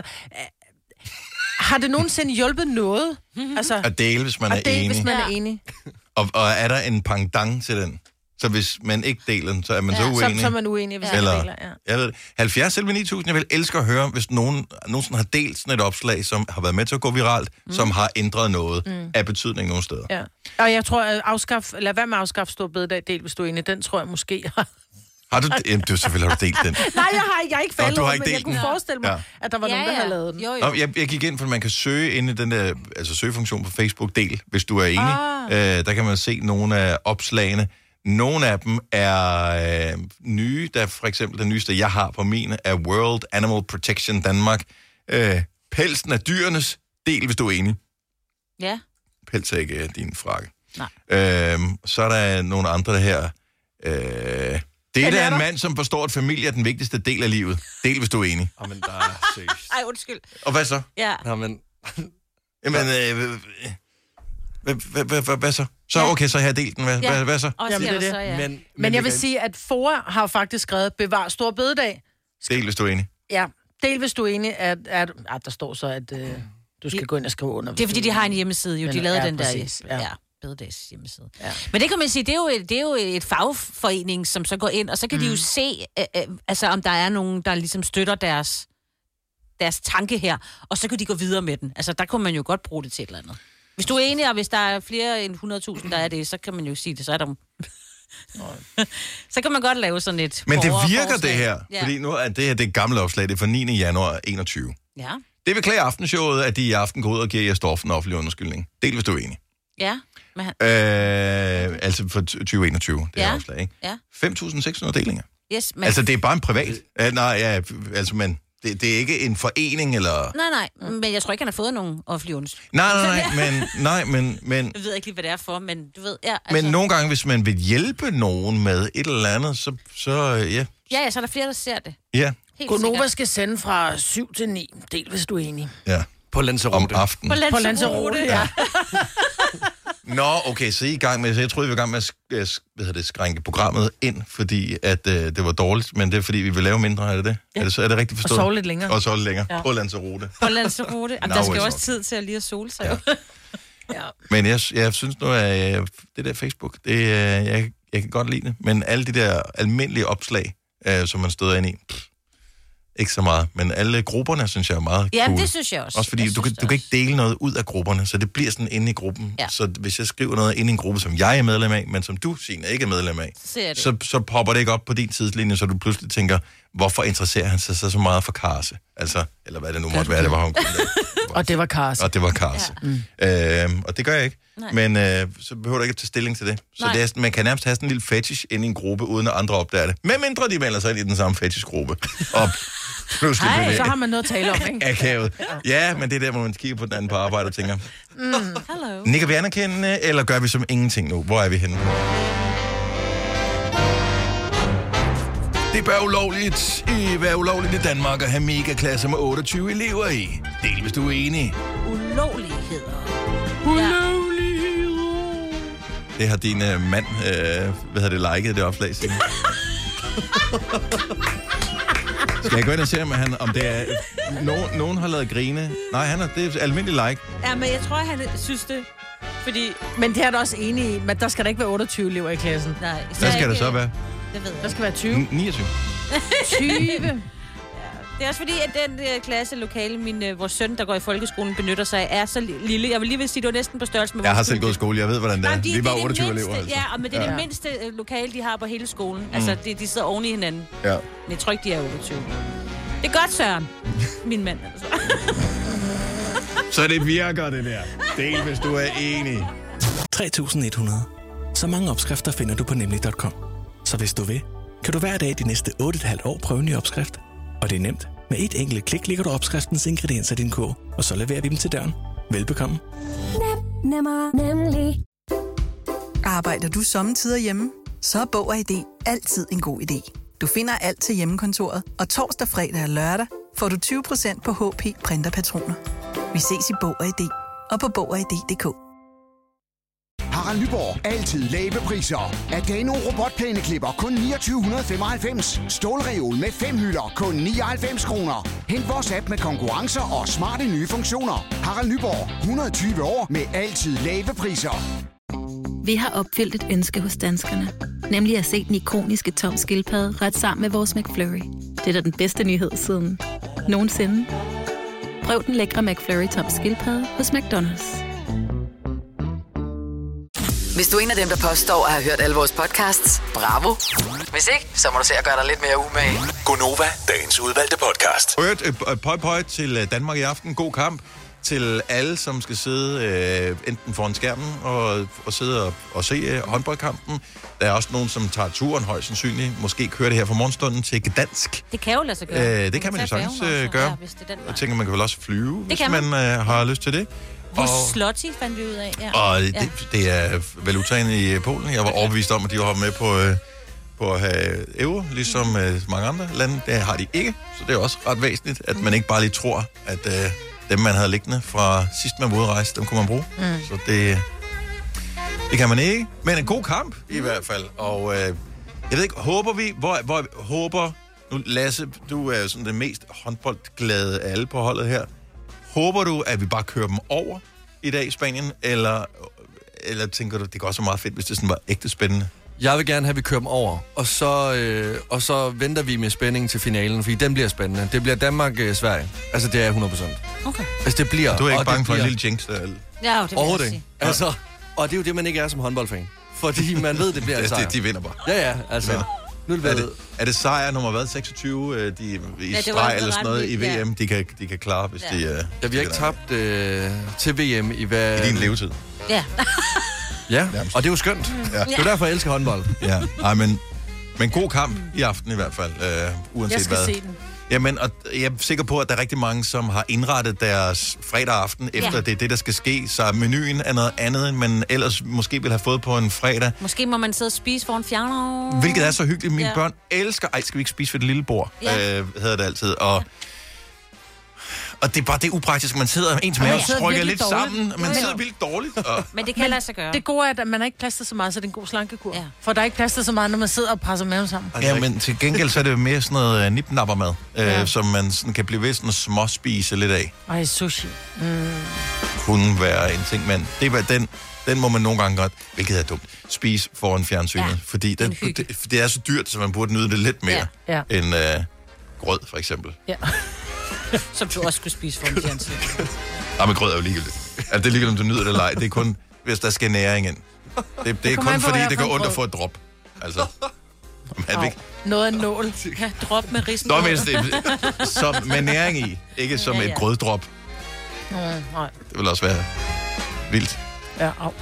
har det nogensinde hjulpet noget? Altså, at dele, hvis man er enig. Hvis man er enig. Og er der en pendant til den? Så hvis man ikke deler den, så er man så uenig? Så er man uenig, hvis man deler, jeg ved det. 70 selv 9000, jeg vil elske at høre, hvis nogen nogensinde har delt sådan et opslag, som har været med til at gå viralt, som har ændret noget af betydning nogle steder. Ja. Og jeg tror, at lad være med at afskaffe stor bededag del, hvis du er enig. Den tror jeg måske har du det? Selvfølgelig har du delt den. Nej, jeg har ikke faldet over, men jeg kunne forestille mig, at der var nogen, der havde lavet den. Jo. Jeg gik ind, for man kan søge inde i den der søgefunktion på Facebook del, hvis du er enig. Der kan man se nogle af opslagene. Nogle af dem er nye. Der for eksempel den nyeste, jeg har på min, er World Animal Protection Danmark. Pelsen af dyrenes del, hvis du er enig. Ja. Pels er ikke din frakke. Nej. Så er der nogle andre der her. Det er en mand, som forstår, at familie er den vigtigste del af livet. Del, hvis du er enig. Jamen, der er seriøst. Ej, undskyld. Og hvad så? Ja. Jamen, hvad så? Så okay, så har jeg delt den. Hvad så? Jamen, det er det. Men jeg vil sige, at FOA har faktisk skrevet, bevar stor bededag. Del, hvis du er enig. Ja, del, hvis du er enig, at der står så, at du skal gå ind og skrive under. Det er, fordi de har en hjemmeside, jo. De lavede den der. Præcis, ja. Bededags hjemmeside. Ja. Men det kan man sige, det er jo et fagforening, som så går ind, og så kan de jo se, altså om der er nogen, der ligesom støtter deres tanke her, og så kan de gå videre med den. Altså der kunne man jo godt bruge det til et eller andet. Hvis du er enig, og hvis der er flere end 100.000, der er det, så kan man jo sige det, så er der... så kan man godt lave sådan et... Men det virker det her, fordi nu er det her det gamle opslag, det er fra 9. januar 21. Ja. Det beklager aftenshowet, at de i aften går ud og giver jer stoffen offentlig undskyldning. Del, hvis du er enig. Ja. Altså for 2021, det er opslag, ikke? Ja. 5.600 delinger. Yes, men... Altså, det er bare en privat. Men det er ikke en forening, eller... Nej, men jeg tror ikke, han har fået nogen offentlig undskyldning. Nej, men... Jeg ved ikke lige, hvad det er for, men du ved... Ja, altså... Men nogle gange, hvis man vil hjælpe nogen med et eller andet, så ja. Ja, så er der flere, der ser det. Ja. Gonova skal sende fra 7 til 9. Del, hvis du er enig. Ja. På Lanzarote. Om aftenen. På Lanzarote, ja. Nå, okay, så I er i gang med... Så jeg troede, vi var i gang med at skrænke programmet ind, fordi at, det var dårligt, men det er fordi, vi vil lave mindre, er det det? Ja. Er det rigtigt forstået? Og sove lidt længere. Og sove lidt længere. Ja. På Lanzarote. På Lanzarote. Jamen, der skal jo også tid til at lige at sole sig. Ja. Ja. Men jeg synes nu, at det der Facebook, jeg kan godt lide det, men alle de der almindelige opslag, som man støder ind i, ikke så meget, men alle grupperne, synes jeg er meget cool. Ja, det synes jeg også. Også fordi du kan ikke dele noget ud af grupperne, så det bliver sådan inde i gruppen. Ja. Så hvis jeg skriver noget inde i en gruppe, som jeg er medlem af, men som du, Signe, ikke er medlem af, så popper det ikke op på din tidslinje, så du pludselig tænker, hvorfor interesserer han sig så meget for Karse? Altså, eller hvad det nu måtte være, det var hun. Og det var Karse. Og det var Karse. Ja. Og det gør jeg ikke. Nej. Men så behøver du ikke at tage stilling til det. Så det er, man kan nærmest have sådan en lille fetish inde i en gruppe, uden at andre opdager det. Men mindre de melder sig ind i den samme fetish-gruppe. Og ej, så har man noget at tale om, ikke? Akavet. Ja, men det er der, hvor man kigger på den anden på arbejde og tænker, hello. Nikker vi anerkendende, eller gør vi som ingenting nu? Hvor er vi henne? Det bør være ulovligt i Danmark at have megaklasser med 28 elever i. Del, hvis du er enig. Ulovligheder. Det har din mand, liket det opslag, Signe? Skal jeg gå ind og se, om det er... Nogen har lavet grine? Nej, det er almindelig like. Ja, men jeg tror, han synes det. Fordi... Men det er da også enig i, men der skal der ikke være 28 elever i klassen. Nej. Hvad skal der så være? Det ved jeg. Der skal være 20. 29. 20. Det er også fordi, at den klasse lokale, vores søn, der går i folkeskolen, benytter sig af, er så lille. Jeg vil lige vil sige, det var næsten på størrelse med... Jeg har selv gået i skole, jeg ved, hvordan det er. Vi var 28 elever. Altså. Ja, men det er det mindste lokale, de har på hele skolen. Altså, de sidder oven i hinanden. Ja. Men jeg tror ikke, de er 28. Det er godt, Søren. Min mand, altså. Så det virker, det der. Del, hvis du er enig. 3.100. Så mange opskrifter finder du på nemlig.com. Så hvis du vil, kan du hver dag de næste 8,5 år prøve en ny opskrift. Og det er nemt. Med et enkelt klik ligger du opskriftens ingredienser i din kog, og så leverer vi dem til døren. Velbekomme. Nemmer, nemlig. Arbejder du sommetider hjemme? Så er Bog og ID altid en god idé. Du finder alt til hjemmekontoret, og torsdag, fredag og lørdag får du 20% på HP printerpatroner. Vi ses i Bog og ID og på Bog og ID.dk. Harald Nyborg. Altid lave priser. Adano robotplæneklipper kun 2995. Stålreol med 5 hylder kun 99 kroner. Hent vores app med konkurrencer og smarte nye funktioner. Harald Nyborg. 120 år med altid lave priser. Vi har opfyldt et ønske hos danskerne. Nemlig at se den ikoniske Tom Skildpadde ret sammen med vores McFlurry. Det er da den bedste nyhed siden nogensinde. Prøv den lækre McFlurry Tom Skildpadde hos McDonald's. Hvis du er en af dem, der påstår at have hørt alle vores podcasts, bravo. Hvis ikke, så må du se at gøre dig lidt mere umage. Gonova, dagens udvalgte podcast. Hørt pøj til Danmark i aften. God kamp. til alle, som skal sidde enten foran skærmen og sidde og se håndboldkampen. Der er også nogen, som tager turen højst sandsynligt. Måske kører det her fra morgenstunden til Gdansk. Det kan jo lade sig gøre. Det kan man jo sagtens gøre. Ja, jeg tænker, man kan vel også flyve, hvis man har lyst til det. Zloty fandt vi ud af. Ja. Og det er valutaen i Polen. Jeg var overbevist om, at de var med på at have euro, ligesom mange andre lande. Det har de ikke, så det er også ret væsentligt, at man ikke bare lige tror, at dem, man havde liggende fra sidst man var ude at rejse, dem kunne man bruge. Så det kan man ikke. Men en god kamp i hvert fald. Og jeg ved ikke, håber vi, håber... Nu, Lasse, du er jo sådan den mest håndboldglade af alle på holdet her. Håber du, at vi bare kører dem over i dag i Spanien, eller tænker du, det går også meget fedt, hvis det sådan var ægte spændende? Jeg vil gerne have, at vi kører dem over, og så venter vi med spænding til finalen, fordi den bliver spændende. Det bliver Danmark-Sverige. Altså, det er 100%. Okay. Altså, det bliver... Du er ikke bange for en lille jinx der? Ja, det vil jeg sige. Altså, og det er jo det, man ikke er som håndboldfan. Fordi man ved, det bliver en sejr. De vinder bare. Ja, altså... Nu er det sejr nummer 26 i streg eller sådan noget i VM, de kan klare, hvis de... Ja, vi har ikke tabt til VM i din levetid. Ja. Ja, og det er jo skønt. Ja. Det er derfor, jeg elsker håndbold. Ja, ej, men god kamp i aften i hvert fald, uanset hvad. Jeg skal se den. Jamen, og jeg er sikker på, at der er rigtig mange, som har indrettet deres fredag aften, efter det er det, der skal ske. Så menuen er noget andet, end man ellers måske ville have fået på en fredag. Måske må man sidde og spise foran fjerner. Hvilket er så hyggeligt. Mine børn elsker... Ej, skal vi ikke spise ved det lille bord? Hedder det altid. Og det er bare det upraktiske. Man sidder ens mave trykker lidt sammen. Man sidder vildt dårligt. Men det kan lade sig gøre. Det gode er, at man har ikke plads til så meget, så det er en god slankekur. Ja. For der er ikke plads til så meget, når man sidder og presser maven sammen. Ja, men til gengæld så er det mere sådan noget nip-napper-mad, som man sådan kan blive ved sådan småspise lidt af. Ej, sushi. Kunne være en ting, men det er den må man nogle gange godt, hvilket er dumt, spise foran fjernsynet. Ja, fordi det er så dyrt, så man burde nyde det lidt mere end grød, for eksempel. Ja. Som du også skulle spise foran fjernsynet. Nej, men grød er jo ligegyldigt. Altså, det er ligegyldigt, om du nyder det eller ej. Det er kun, hvis der skal næring ind. Det er kun fordi, det går ondt at få et drop. Altså, noget af nål. Ja, drop med risen. Nå, men som med næring i, ikke som et grøddrop. Nej. Det vil også være vildt. Ja, au.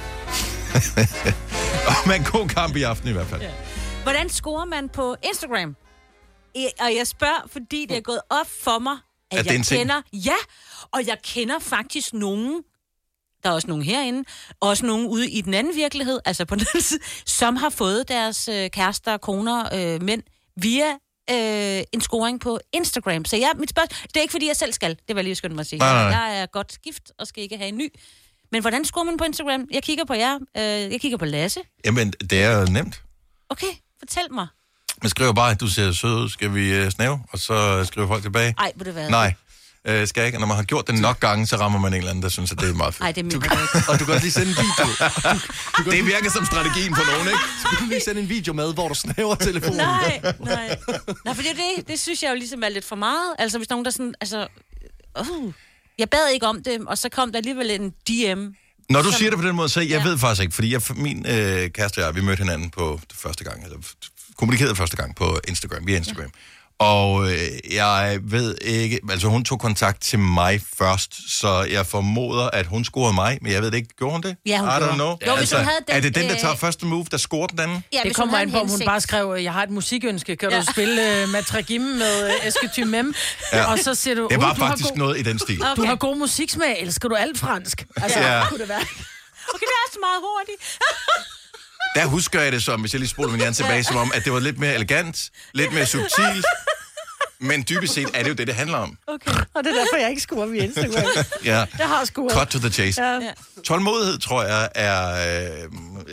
Men en god kamp i aften i hvert fald. Ja. Hvordan scorer man på Instagram? Og jeg spørger, fordi det er gået op for mig, at jeg kender... Ja, og jeg kender faktisk nogen, der er også nogen herinde, også nogen ude i den anden virkelighed, altså på den side, som har fået deres kærester, koner, mænd, via en scoring på Instagram. Så mit spørgsmål, det er ikke fordi, jeg selv skal, det var lige skyndt mig at sige. Nej. Jeg er godt gift og skal ikke have en ny. Men hvordan scorer man på Instagram? Jeg kigger på jer, jeg kigger på Lasse. Jamen, det er nemt. Okay, fortæl mig. Man skriver bare, at du ser sød ud, skal vi snave? Og så skriver folk tilbage. Ej, må det være. Nej, skal jeg ikke. Og når man har gjort det nok gange, så rammer man en eller anden, der synes, at det er meget fedt. Nej, det mener jeg ikke. Og du kan også lige sende en video. Det virker som strategien på nogen, ikke? Skulle du lige sende en video med, hvor du snæver telefonen? Nej. Nej, for det synes jeg jo ligesom er lidt for meget. Altså, hvis nogen der sådan, jeg bad ikke om det, og så kom der alligevel en DM. Når du siger det på den måde, så jeg ved faktisk ikke, fordi min kæreste og jeg, vi mødte hinanden på første gang, eller kommunikerede første gang på Instagram, via Instagram. Ja. Og jeg ved ikke, altså hun tog kontakt til mig først, så jeg formoder, at hun scorede mig, men jeg ved det ikke, gjorde hun det? Ja, hun gjorde. I don't know. Jo, altså, hun havde den, er det den, der tager første move, der scorer den anden? Ja, det kommer an på, om hun bare skrev, jeg har et musikønske, kan du spille Matragim med Eske Mem? Ja. Og så siger du, det var faktisk noget i den stil. Okay. Du har god musiksmag, elsker du alt fransk? Altså, kunne det være? Okay, det er så meget hurtigt. Der husker jeg det som, hvis jeg lige spoler min hjerne tilbage, som om, at det var lidt mere elegant, lidt mere subtilt. Men dybest set er det jo det handler om. Okay, og det er derfor, jeg ikke scorer via Instagram. Ja. Jeg har scoret. Cut to the chase. Ja. Tålmodighed, tror jeg, er...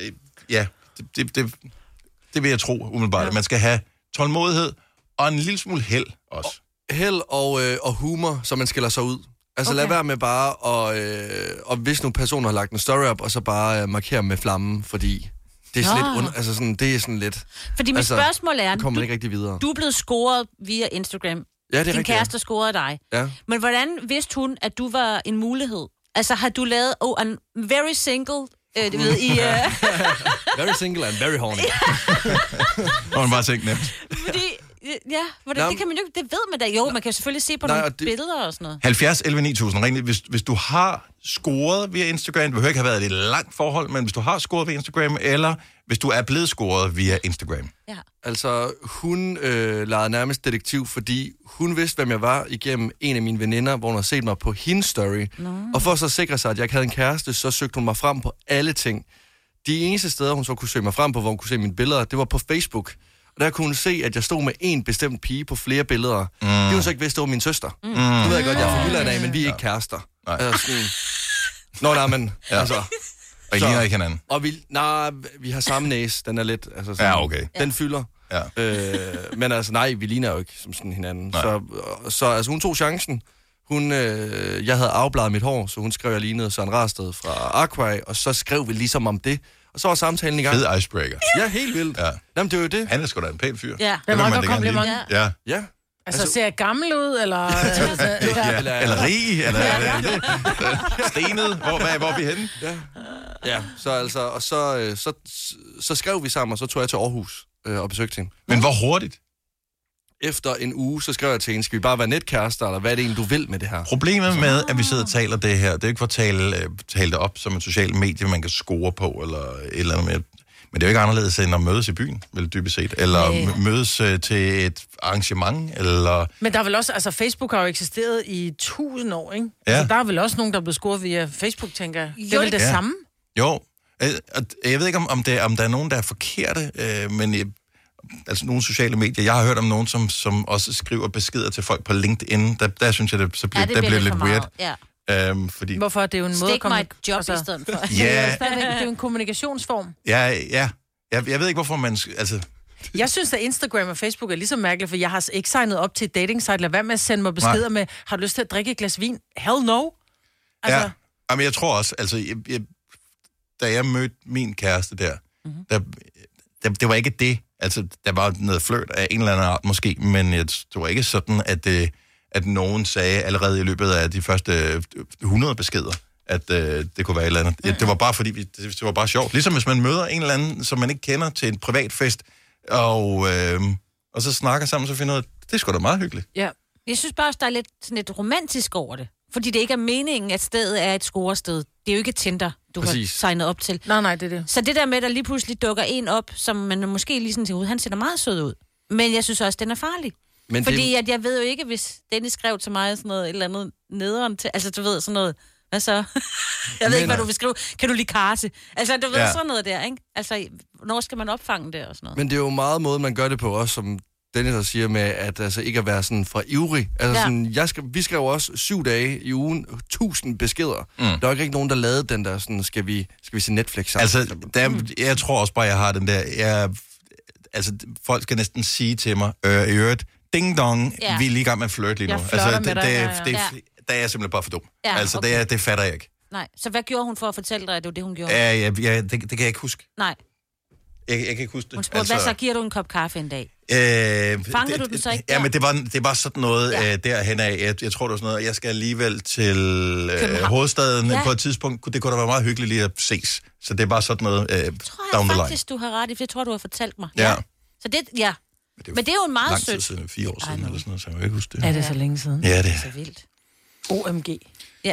det vil jeg tro, umiddelbart. Ja. Man skal have tålmodighed og en lille smule held også. Held og humor, så man skiller sig ud. Altså lad være med bare og hvis nogle personer har lagt en story op, og så bare markere med flammen, fordi... Det er sådan lidt det er sådan lidt. Fordi mit spørgsmål er, kommer ikke rigtig videre. Du er blevet scoret via Instagram. Ja, din kæreste scorede dig. Ja. Men hvordan vidste hun, at du var en mulighed? Altså har du lavet I'm very single, du ved i very single and very horny. Og man bare tænkt nemt. Fordi det kan man jo ikke, det ved man da. Jo, man kan selvfølgelig se på nogle billeder og sådan noget. 70 11 9000, ring. Hvis du har scoret via Instagram, det behøver ikke have været et langt forhold, men hvis du har scoret via Instagram, eller hvis du er blevet scoret via Instagram. Ja. Altså, hun legede nærmest detektiv, fordi hun vidste, hvem jeg var igennem en af mine veninder, hvor hun havde set mig på hendes story. Og for så at sikre sig, at jeg ikke havde en kæreste, så søgte hun mig frem på alle ting. De eneste steder, hun så kunne søge mig frem på, hvor hun kunne se mine billeder, det var på Facebook. Og der kunne hun se, at jeg stod med en bestemt pige på flere billeder. Det hun så ikke vidste, det var min søster. Du ved jeg godt, jeg er fra Jylland af, men vi er ikke kærester. Men... Altså... Og I ligner ikke hinanden? Og vi har samme næse. Den er lidt... Altså sådan, okay. Den fylder. Ja. Men altså, nej, vi ligner jo ikke som sådan hinanden. Så altså, hun tog chancen. Jeg havde afbladet mit hår, så hun skrev, jeg lignede Søren Rasted fra Aquai, og så skrev vi ligesom om det. Og så var samtalen i gang. Fed icebreaker. Ja, helt vildt. Ja. Jamen, det er jo det. Han er sgu da en pæn fyr. Ja, det er meget godt kompliment. Ja. Ja. Altså, ser jeg gammel ud, eller... eller rig, eller stenet. Hvor er vi henne? Ja, så altså, og så skrev vi sammen, og så tog jeg til Aarhus og besøgte hende. Men hvor hurtigt? Efter en uge, så skrev jeg til hende, skal vi bare være netkærester, eller hvad er det egentlig, du vil med det her? Problemet med, at vi sidder og taler det her, det er ikke for at tale det op som et socialt medie, man kan score på, eller et eller andet med. Men det er jo ikke anderledes end at mødes i byen, vel dybest set. Eller mødes til et arrangement, eller... Men der er vel også... Altså, Facebook har jo eksisteret i 1000 år, ikke? Ja. Altså, der er vel også nogen, der er blevet scoret via Facebook, tænker jeg. Det er vel det samme? Jo. Jeg ved ikke, om der er nogen, der er forkerte, men... Altså nogle sociale medier. Jeg har hørt om nogen, som også skriver beskeder til folk på LinkedIn. Der synes jeg, det bliver lidt weird. Ja. Fordi... Hvorfor? Det er jo en måde at komme... Stik mig et job i stedet for. Ja. Det er jo en kommunikationsform. Ja. Jeg ved ikke, hvorfor man... Altså... Jeg synes, at Instagram og Facebook er lige så mærkeligt, for jeg har ikke signet op til et dating site. Lad være med at sende mig beskeder med, har du lyst til at drikke et glas vin? Hell no. Altså... Ja, men jeg tror også, altså... Da jeg mødte min kæreste der, det var ikke det. Altså, der var noget flirt af en eller anden art måske, men det var ikke sådan, at nogen sagde allerede i løbet af de første 100 beskeder, at det kunne være et eller andet. Det var bare fordi, det var bare sjovt. Ligesom hvis man møder en eller anden, som man ikke kender til en privat fest, og så snakker sammen, så finder ud af, det er sgu da meget hyggeligt. Ja. Jeg synes bare, der er lidt romantisk over det. Fordi det ikke er meningen, at stedet er et scorested. Det er jo ikke Tinder, du har signet op til. Nej, det er det. Så det der med, at der lige pludselig dukker en op, som man måske lige sådan tænker ud, han ser meget sød ud. Men jeg synes også, den er farlig. Men fordi at jeg ved jo ikke, hvis Dennis skrev til mig sådan noget, et eller andet nederen til, altså du ved sådan noget, hvad så? Jeg ved ikke, hvad du vil skrive. Kan du lide karse? Altså du ved sådan noget der, ikke? Altså, hvornår skal man opfange det og sådan noget? Men det er jo meget måde, man gør det på også, som Dennis der siger med, at altså ikke at være sådan for ivrig. Altså sådan, vi skrev også 7 dage i ugen, 1000 beskeder. Der var ikke nogen, der lavede den der sådan, skal vi se Netflix sammen? Altså, jeg tror også bare, jeg har den der, altså, folk skal næsten sige til mig, i øvrigt, ding dong, vi er lige i gang med at flirte lige nu. Altså, der er jeg simpelthen bare for dum. Ja, altså, okay. det fatter jeg ikke. Nej, så hvad gjorde hun for at fortælle dig, at det var det, hun gjorde? Ja, det kan jeg ikke huske. Nej. Jeg kan ikke huske det. Hun spurgte, hvad så giver du en kop kaffe en dag? Fangede du den så ikke der? Ja, men det var sådan noget derhen af. Jeg tror, det var sådan noget, jeg skal alligevel til hovedstaden på et tidspunkt. Det kunne da være meget hyggeligt lige at ses. Så det er bare sådan noget down the line. Faktisk, du har ret i, for jeg tror, du har fortalt mig. Ja. Så det, men det er jo en meget lang sødt. Tid siden, 4 år siden eller sådan noget, så jeg kan ikke huske det. Er det så længe siden? Ja, det er. Så vildt. OMG. Ja.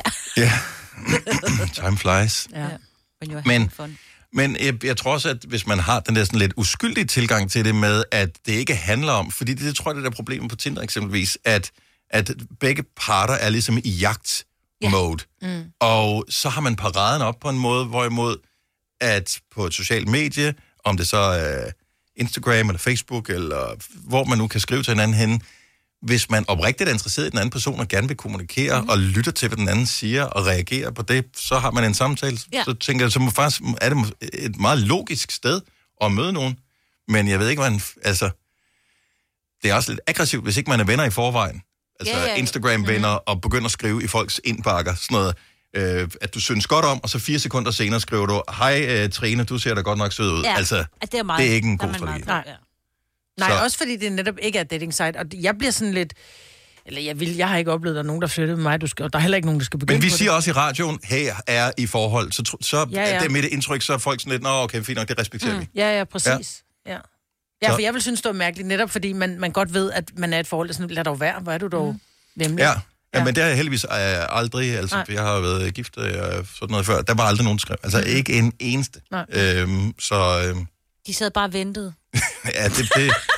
Time flies. Ja. Men jeg tror også, at hvis man har den der sådan lidt uskyldige tilgang til det med, at det ikke handler om, fordi det tror jeg, det er problemet på Tinder eksempelvis, at begge parter er ligesom i jagt-mode. Og så har man paraden op på en måde, hvorimod at på et socialt medie, om det så er Instagram eller Facebook, eller hvor man nu kan skrive til hinanden henne, hvis man oprigtigt er interesseret i den anden person og gerne vil kommunikere og lytter til, hvad den anden siger og reagerer på det, så har man en samtale. Ja. Så tænker jeg, så faktisk er det et meget logisk sted at møde nogen. Men jeg ved ikke, hvordan... Altså, det er også lidt aggressivt, hvis ikke man er venner i forvejen. Altså Instagram-venner og begynder at skrive i folks indbakker. Sådan noget, at du synes godt om, og så 4 sekunder senere skriver du, hej Trine, du ser da godt nok sød ud. Ja. Altså, det er ikke en god strategi. Nej, også fordi det netop ikke er et dating site, og jeg bliver sådan lidt... Eller jeg har ikke oplevet, at der er nogen, der flyttede med mig, og der er heller ikke nogen, der skal begynde. Men vi siger også i radioen, her er i forhold, så det er mit indtryk, så er folk sådan lidt, nå okay, fint nok, det respekterer vi. Ja, præcis. Ja. Ja, for jeg vil synes, det er mærkeligt, netop fordi man godt ved, at man er et forhold, der sådan, lad dog være, hvor er du dog nemlig. Ja, men det har jeg heldigvis aldrig, altså jeg har været gift og sådan noget før, der var aldrig nogen skrev, altså ikke en eneste. De sad bare og ventede. Ja, det...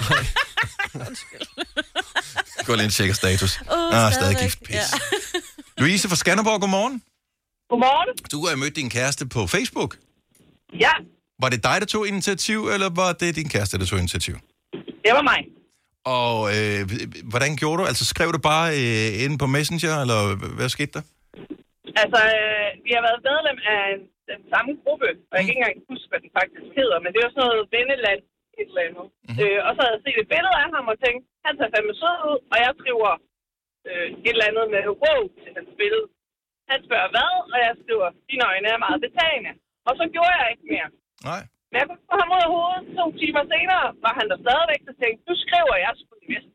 Gå lige en tjekker status. Stadig gift, pis. Ja. Louise fra Skanderborg, godmorgen. Godmorgen. Du har mødt din kæreste på Facebook. Ja. Var det dig, der tog initiativ, eller var det din kæreste, der tog initiativ? Det var mig. Og hvordan gjorde du? Altså skrev du bare inde på Messenger, eller hvad skete der? Altså, vi har været medlem af den samme gruppe, og jeg kan ikke engang huske, hvad den faktisk hedder, men det var sådan noget venneland, et eller andet. Og så havde jeg set et billede af ham og tænkt, han ser fandme sød ud, og jeg skriver et eller andet med wow til hans billede. Han spørger hvad, og jeg skriver, dine øjne er meget betagende. Og så gjorde jeg ikke mere. Nej. Men jeg kunne få ham ud af hovedet. 2 timer senere var han der stadigvæk, så tænkte, nu skriver jeg sgu det næste.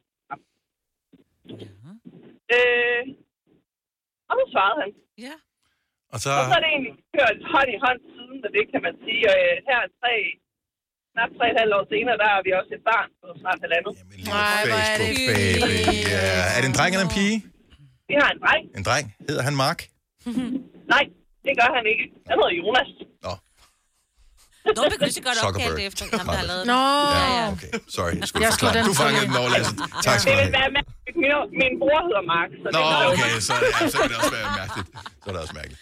Og så svarede han. Ja. Og så er det egentlig kørt hånd i hånd siden, og det kan man sige. Og her snart 3,5 år senere, der har vi også et barn på snart 1,5. Nej, Facebook, baby. Yeah. Er det en dreng eller en pige? Vi har en dreng. En dreng? Hedder han Mark? Nej, det gør han ikke. Han hedder Jonas. Nå. Nå, vi kunne så godt opkaldt efter ham, der har lavet det. Nå. Ja, okay. Sorry. Du fangede den over, Lasse. Tak skal du have. Min bror hedder Mark. Nå, okay. Så kan det også være mærkeligt. Så er det også mærkeligt.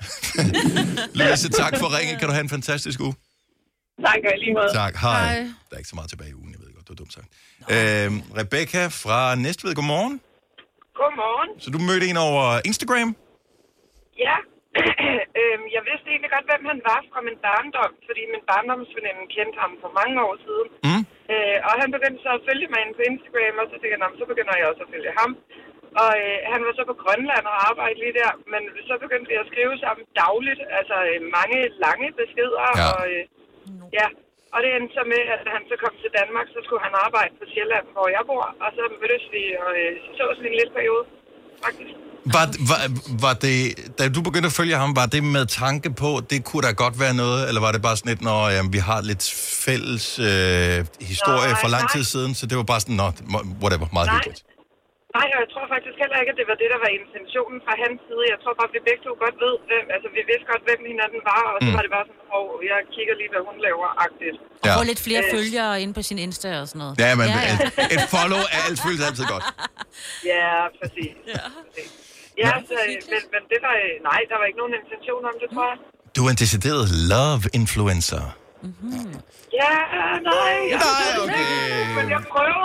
Lasse, tak for ringen. Kan du have en fantastisk uge? Tak, og lige måde. Tak, hej. Der er ikke så meget tilbage i ugen, jeg ved godt, det var dumt sagt. Rebecca fra Næstved, godmorgen. Godmorgen. Så du mødte en over Instagram? Ja. Jeg vidste egentlig godt, hvem han var fra min barndom, fordi min barndomsveninde kendte ham for mange år siden. Og han begyndte så at følge mig inde på Instagram, og så tænkte jeg, så begynder jeg også at følge ham. Og han var så på Grønland og arbejdede lige der, men så begyndte vi at skrive sammen dagligt, altså mange lange beskeder. Ja. Og det endte så med, at han så kom til Danmark, så skulle han arbejde på Sjælland, hvor jeg bor, og så mødtes vi og så sådan en lille periode, faktisk. Var det, da du begyndte at følge ham, var det med tanke på, det kunne da godt være noget, eller var det bare sådan lidt, når vi har lidt fælles historie for lang tid siden, så det var bare sådan, whatever, meget hyggeligt? Nej, og jeg tror faktisk heller ikke, at det var det, der var intentionen fra hans side. Jeg tror bare, at vi begge to godt ved, vi vidste godt, hvem hinanden var, og så var det bare sådan, jeg kigger lige, hvad hun laver-agtigt. Og får lidt flere følgere inde på sin Insta og sådan noget. Ja, men et follow er altid godt. Ja, præcis. Ja, men det var, der var ikke nogen intention om det, tror jeg. Du er en decideret love-influencer. Ja, nej. Nej, okay. Men jeg prøver.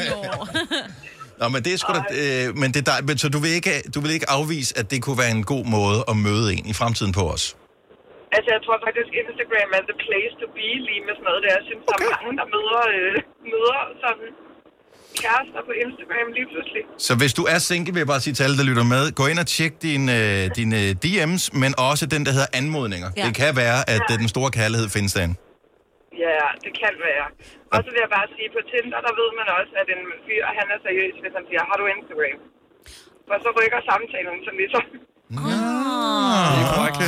Nå, men det er sgu da... så du vil ikke afvise, at det kunne være en god måde at møde en i fremtiden på os? Altså, jeg tror faktisk, Instagram er the place to be lige med sådan noget der. Jeg synes, der er mange, der møder sådan kærester på Instagram lige pludselig. Så hvis du er single, vil jeg bare sige til alle, der lytter med, gå ind og tjek dine DM's, men også den, der hedder anmodninger. Ja. Det kan være, at den store kærlighed findes derinde. Ja, det kan være. Og så vil jeg bare sige, på Tinder, der ved man også, at en fyr, han er seriøs, hvis han siger, har du Instagram? Og så rykker samtalen sådan lidt. Det er korrekt.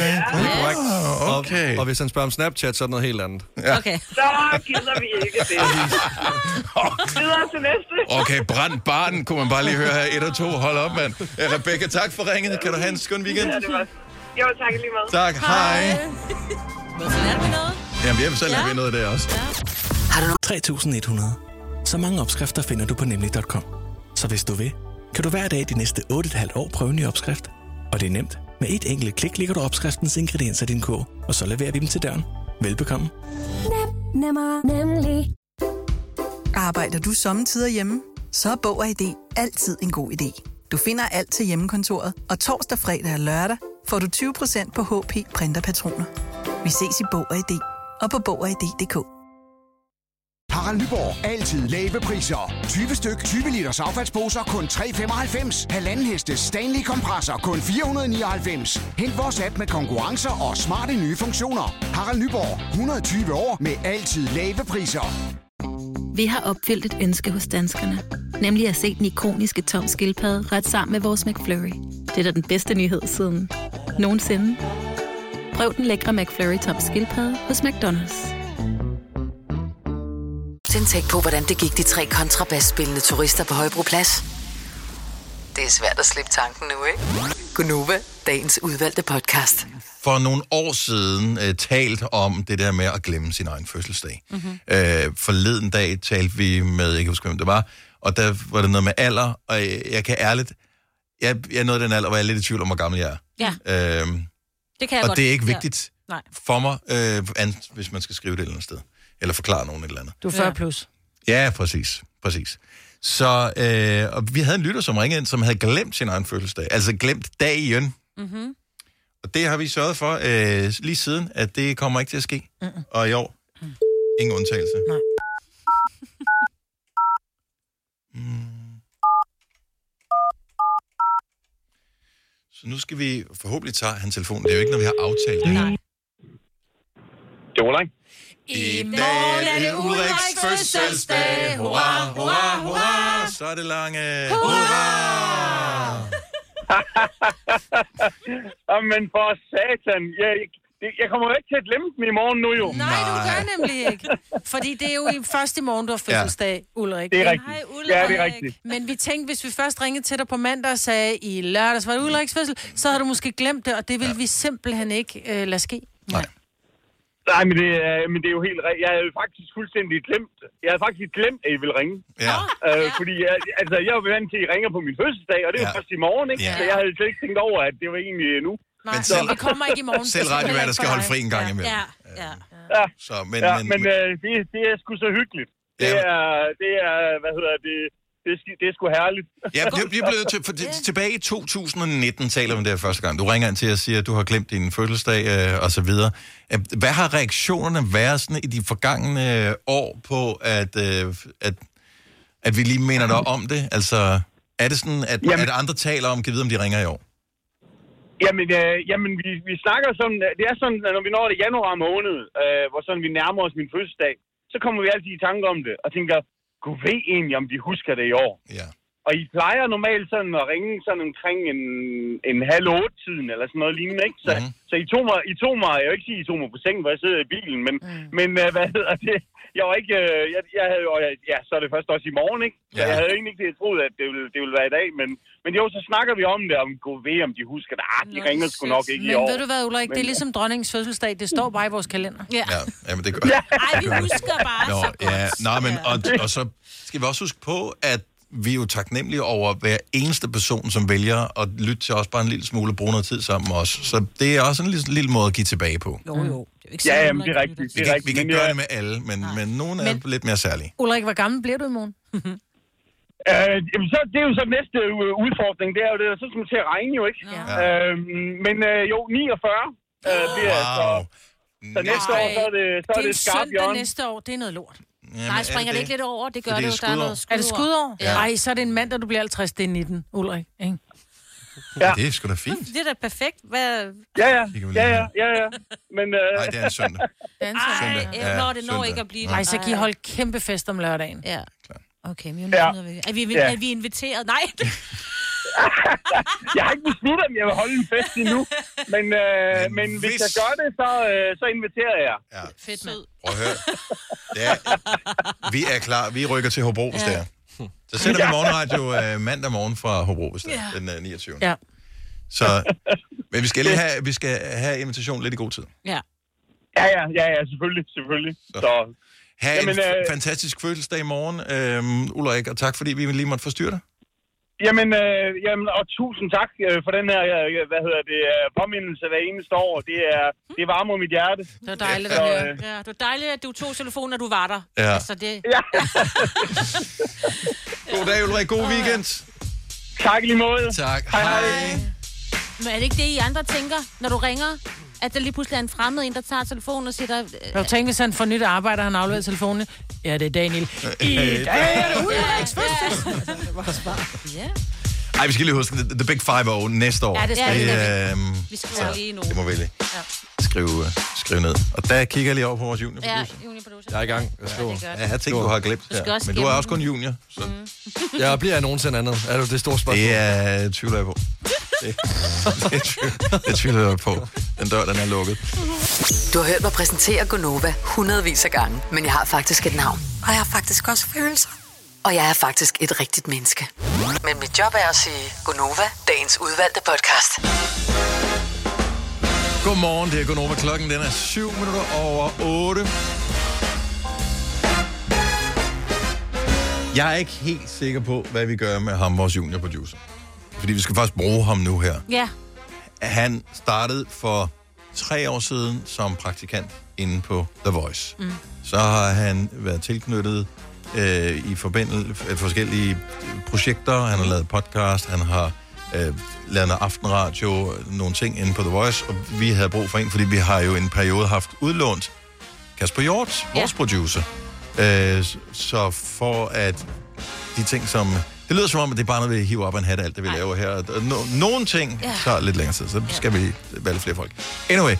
Okay. Og hvis han spørger om Snapchat, så er det noget helt andet. Ja. Okay. Så gider vi ikke det. Videre til næste. Okay, brændt barn, kunne man bare lige høre her. 1 og 2, hold op, mand. Rebecca, tak for ringet. Kan du have en skøn weekend? Ja, det var. Jo, tak lige meget. Tak, hej. Så lærte vi noget. Jamen, vi har selv lært noget der også. Ja. 3.100. Så mange opskrifter finder du på nemlig.com. Så hvis du vil, kan du hver dag de næste 8,5 år prøve en ny opskrift. Og det er nemt. Med et enkelt klik ligger du opskriftens ingredienser i din kog, og så leverer vi dem til døren. Velbekomme. Nemmer, nemlig. Arbejder du sommetider hjemme? Så er Bog og ID altid en god idé. Du finder alt til hjemmekontoret, og torsdag, fredag og lørdag får du 20% på HP printerpatroner. Vi ses i Bog og ID og på Bog og ID.dk. Harald Nyborg. Altid lave priser. 20 styk, 20 liters affaldsposer kun 3,95. Halvanden hestes Stanley kompresser kun 499. Hent vores app med konkurrencer og smarte nye funktioner. Harald Nyborg. 120 år med altid lave priser. Vi har opfyldt et ønske hos danskerne. Nemlig at se den ikoniske Tom Skildpadde ret sammen med vores McFlurry. Det er da den bedste nyhed siden nogensinde. Prøv den lækre McFlurry Tom Skildpadde hos McDonald's. Tænk på, hvordan det gik de 3 kontrabasspillende turister på Højbroplads. Det er svært at slippe tanken nu, ikke? Gunova, dagens udvalgte podcast. For nogle år siden talt om det der med at glemme sin egen fødselsdag. Mm-hmm. Forleden dag talte vi med, jeg kan huske, hvem det var, og der var det noget med alder, og jeg kan ærligt, jeg nåede den alder, hvor jeg er lidt i tvivl om, hvor gammel jeg er. Ja. Det kan jeg og godt. Det er ikke vigtigt for mig, hvis man skal skrive det et eller andet sted, eller forklare nogen et eller andet. Du er 40 plus. Ja, præcis. Så og vi havde en lytter, som ringede ind, som havde glemt sin egen fødselsdag. Altså glemt dagen. Mm-hmm. Og det har vi sørget for lige siden, at det kommer ikke til at ske. Mm-hmm. Og i år, ingen undtagelse. Nej. Så nu skal vi forhåbentlig tage hans telefon. Det er jo ikke, når vi har aftalt det. Nej. Det var langt. I dag er det Ulriks fødselsdag. Hurra, hurra, hurra. Så er det lange. Hurra! Men for satan. Jeg kommer jo ikke til at glemme den i morgen nu, jo. Nej, du gør nemlig ikke. Fordi det er jo først i morgen, du har fødselsdag, Ulrik. Det er rigtigt. Hej, Ulrik. Ja, det er rigtigt. Men vi tænkte, hvis vi først ringede til dig på mandag og sagde, i lørdags var det Ulriks fødsel, så havde du måske glemt det, og det vil vi simpelthen ikke lade ske. Nej, men det er jo helt rigtigt. Jeg havde faktisk fuldstændig glemt. Jeg havde faktisk glemt, at I ville ringe. Ja. Fordi jeg var vant til, at I ringer på min fødselsdag, og det er jo først i morgen, ikke? Ja. Så jeg havde slet ikke tænkt over, at det var egentlig nu. Nej, men vi kommer ikke i morgen. Selv radiovært, der skal holde fri en gang imellem. Ja. Så, men det er sgu så hyggeligt. Det er, hvad hedder det... Det er sgu herligt. Ja, vi er blevet tilbage i 2019, taler vi om det her første gang. Du ringer ind til at sige, at du har glemt din fødselsdag og så videre. Hvad har reaktionerne været sådan i de forgangne år på, at vi lige mener dig om det? Altså, er det sådan, at andre taler om, kan vide, om de ringer i år? Jamen vi snakker sådan, det er sådan, når vi når det januar måned, hvor sådan vi nærmer os min fødselsdag, så kommer vi altid i tanke om det, og tænker, gud ved egentlig, om de husker det i år. Ja. Og I plejer normalt sådan at ringe sådan omkring en 7:30-tiden, eller sådan noget lignende, ikke? Så I tog mig, jeg vil ikke sige, I tog mig på sengen, hvor jeg sidder i bilen, men hvad hedder det? Jeg var ikke, jeg havde jo, så er det først også i morgen, ikke? Så jeg havde egentlig ikke troet, at det ville være i dag, men jo, så snakker vi om det, om gud ved, om de husker det. De ringer sgu nok ikke i år. Men ved du hvad, Ulrik, det er ligesom dronningens fødselsdag, det står bare i vores kalender. Ja, men det gør. Ej, vi husker bare så godt. Og så skal vi også huske på, at vi er jo taknemmelige over hver eneste person, som vælger at lytte til os bare en lille smule og bruge noget tid sammen med os. Så det er også en lille måde at give tilbage på. Jo. Ja, jamen, det er rigtigt. Vi kan gøre det med alle, men nogen er lidt mere særlige. Ulrik, hvor gammel bliver du i morgen? Jamen, så, det er jo så næste udfordring. Det er jo det, så skal man til at regne jo, ikke? Ja. Men jo, 49 bliver så næste år, så er det skarp hjørne. Næste år, det er noget lort. Jamen, nej, springer det ikke lidt over? Det gør det jo, der er noget skudår. Er det skudår? Ja. Ej, så er det en mand, der du bliver 50, det er 19, Ulrik, ikke? Ja. Det er sgu da fint. Det er da perfekt. Hvad... Ja. Men, nej, det er en søndag. Det er en søndag. Når det når ikke at blive... Nej, så kan I holde kæmpe fest om lørdagen. Ja. Klar. Okay, men er vi inviteret? Nej. Jeg har ikke besluttet, om jeg vil holde en fest endnu. Men hvis jeg gør det, så inviterer jeg. Ja. Fedt, mand. Prøv at høre. Vi er klar. Vi rykker til Hobro, hvis det er. Så sender vi morgenradio mandag morgen fra Hobro, hvis det er den 29. Ja. Så, men vi skal have invitationen lidt i god tid. Ja. Ja, selvfølgelig. Så. Ha' en fantastisk fødselsdag i morgen, Ulrik, og tak fordi vi lige måtte forstyrre dig. Jamen, og tusind tak for den her, påmindelse hver eneste år. Det varmer mit hjerte. Det var dejligt at høre. Ja, det var dejligt, at du tog telefonen, når du var der. Ja. Altså, det... God dag, Ulrik. God weekend. Tak lige måde. Tak. Hej. Men er det ikke det, I andre tænker, når du ringer? At der lige pludselig er en fremmed en, der tager telefonen og siger... Jeg tænker, hvis han får nyt arbejde, han afleverer telefonen. Ja, det er Daniel. I dag er det Ulriks fødselsdag. Det var bare... Ja. Ej, vi skal lige huske, The Big 5-0 næste år. Ja, det skal vi skriver lige nu. Det må vi lige skrive ned. Og der kigger jeg lige over på vores juniorproducer. Ja, juniorproducer. Jeg er i gang. Jeg har tænkt, du har glemt det. Men du er også kun junior. Så. Jeg bliver nogensinde andet. Er du det store spørgsmål? Det tvivler jeg på. Det tvivler jeg på. Den dør, den er lukket. Du har hørt mig præsentere Gonova hundredvis af gange, men jeg har faktisk et navn. Og jeg har faktisk også følelser. Og jeg er faktisk et rigtigt menneske. Men mit job er at sige Gonova, dagens udvalgte podcast. Godmorgen, det er Gonova. Klokken den er 7:07. Jeg er ikke helt sikker på, hvad vi gør med ham, vores juniorproducer. Fordi vi skal faktisk bruge ham nu her. Ja. Han startede for 3 år siden som praktikant inde på The Voice. Så har han været tilknyttet i forskellige projekter. Han har lavet podcast, han har lavet noget aftenradio, nogle ting inde på The Voice, og vi havde brug for en, fordi vi har jo en periode haft udlånt Kasper Hjort, vores producer. Så for at de ting, som... Det lyder som om, at det er bare noget, vi hiver op af en hat, alt det vi laver her. Nogle ting tager lidt længere tid, så skal vi valge flere folk. Anyway,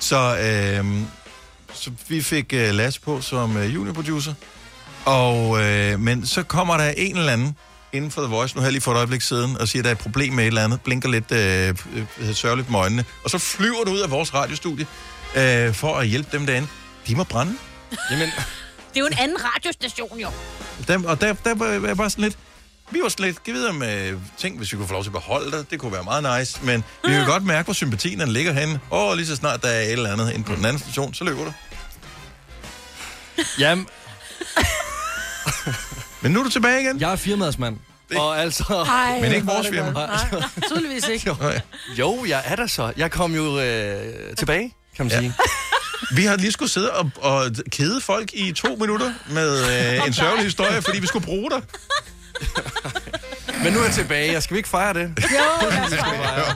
så vi fik Lasse på som juniorproducer, men så kommer der en eller anden inden for The Voice, nu har jeg lige for et øjeblik siden, og siger, at der er et problem med et eller andet, blinker lidt sørgeligt med øjnene, og så flyver du ud af vores radiostudie for at hjælpe dem derinde. De må brænde. Jamen... Det er jo en anden radiostation, jo. Der var jeg bare sådan lidt... Vi var sådan lidt, giv videre med ting, hvis vi kunne få lov til at beholde det. Det kunne være meget nice, men vi kan godt mærke, hvor sympatien den ligger henne. Lige så snart der er et eller andet inde på den anden station, så løber du. Jamen... Men nu er du tilbage igen. Jeg er firmadsmand. Og altså... Men ikke vores firma. Nej, tydeligvis ikke. Jo, jeg er der så. Jeg kom jo tilbage, kan man sige. Vi har lige skulle sidde og kede folk i 2 minutter med en sørgelig historie, fordi vi skulle bruge dig. Men nu er jeg tilbage. Jeg skal vi ikke fejre det? Jo, lad os fejre.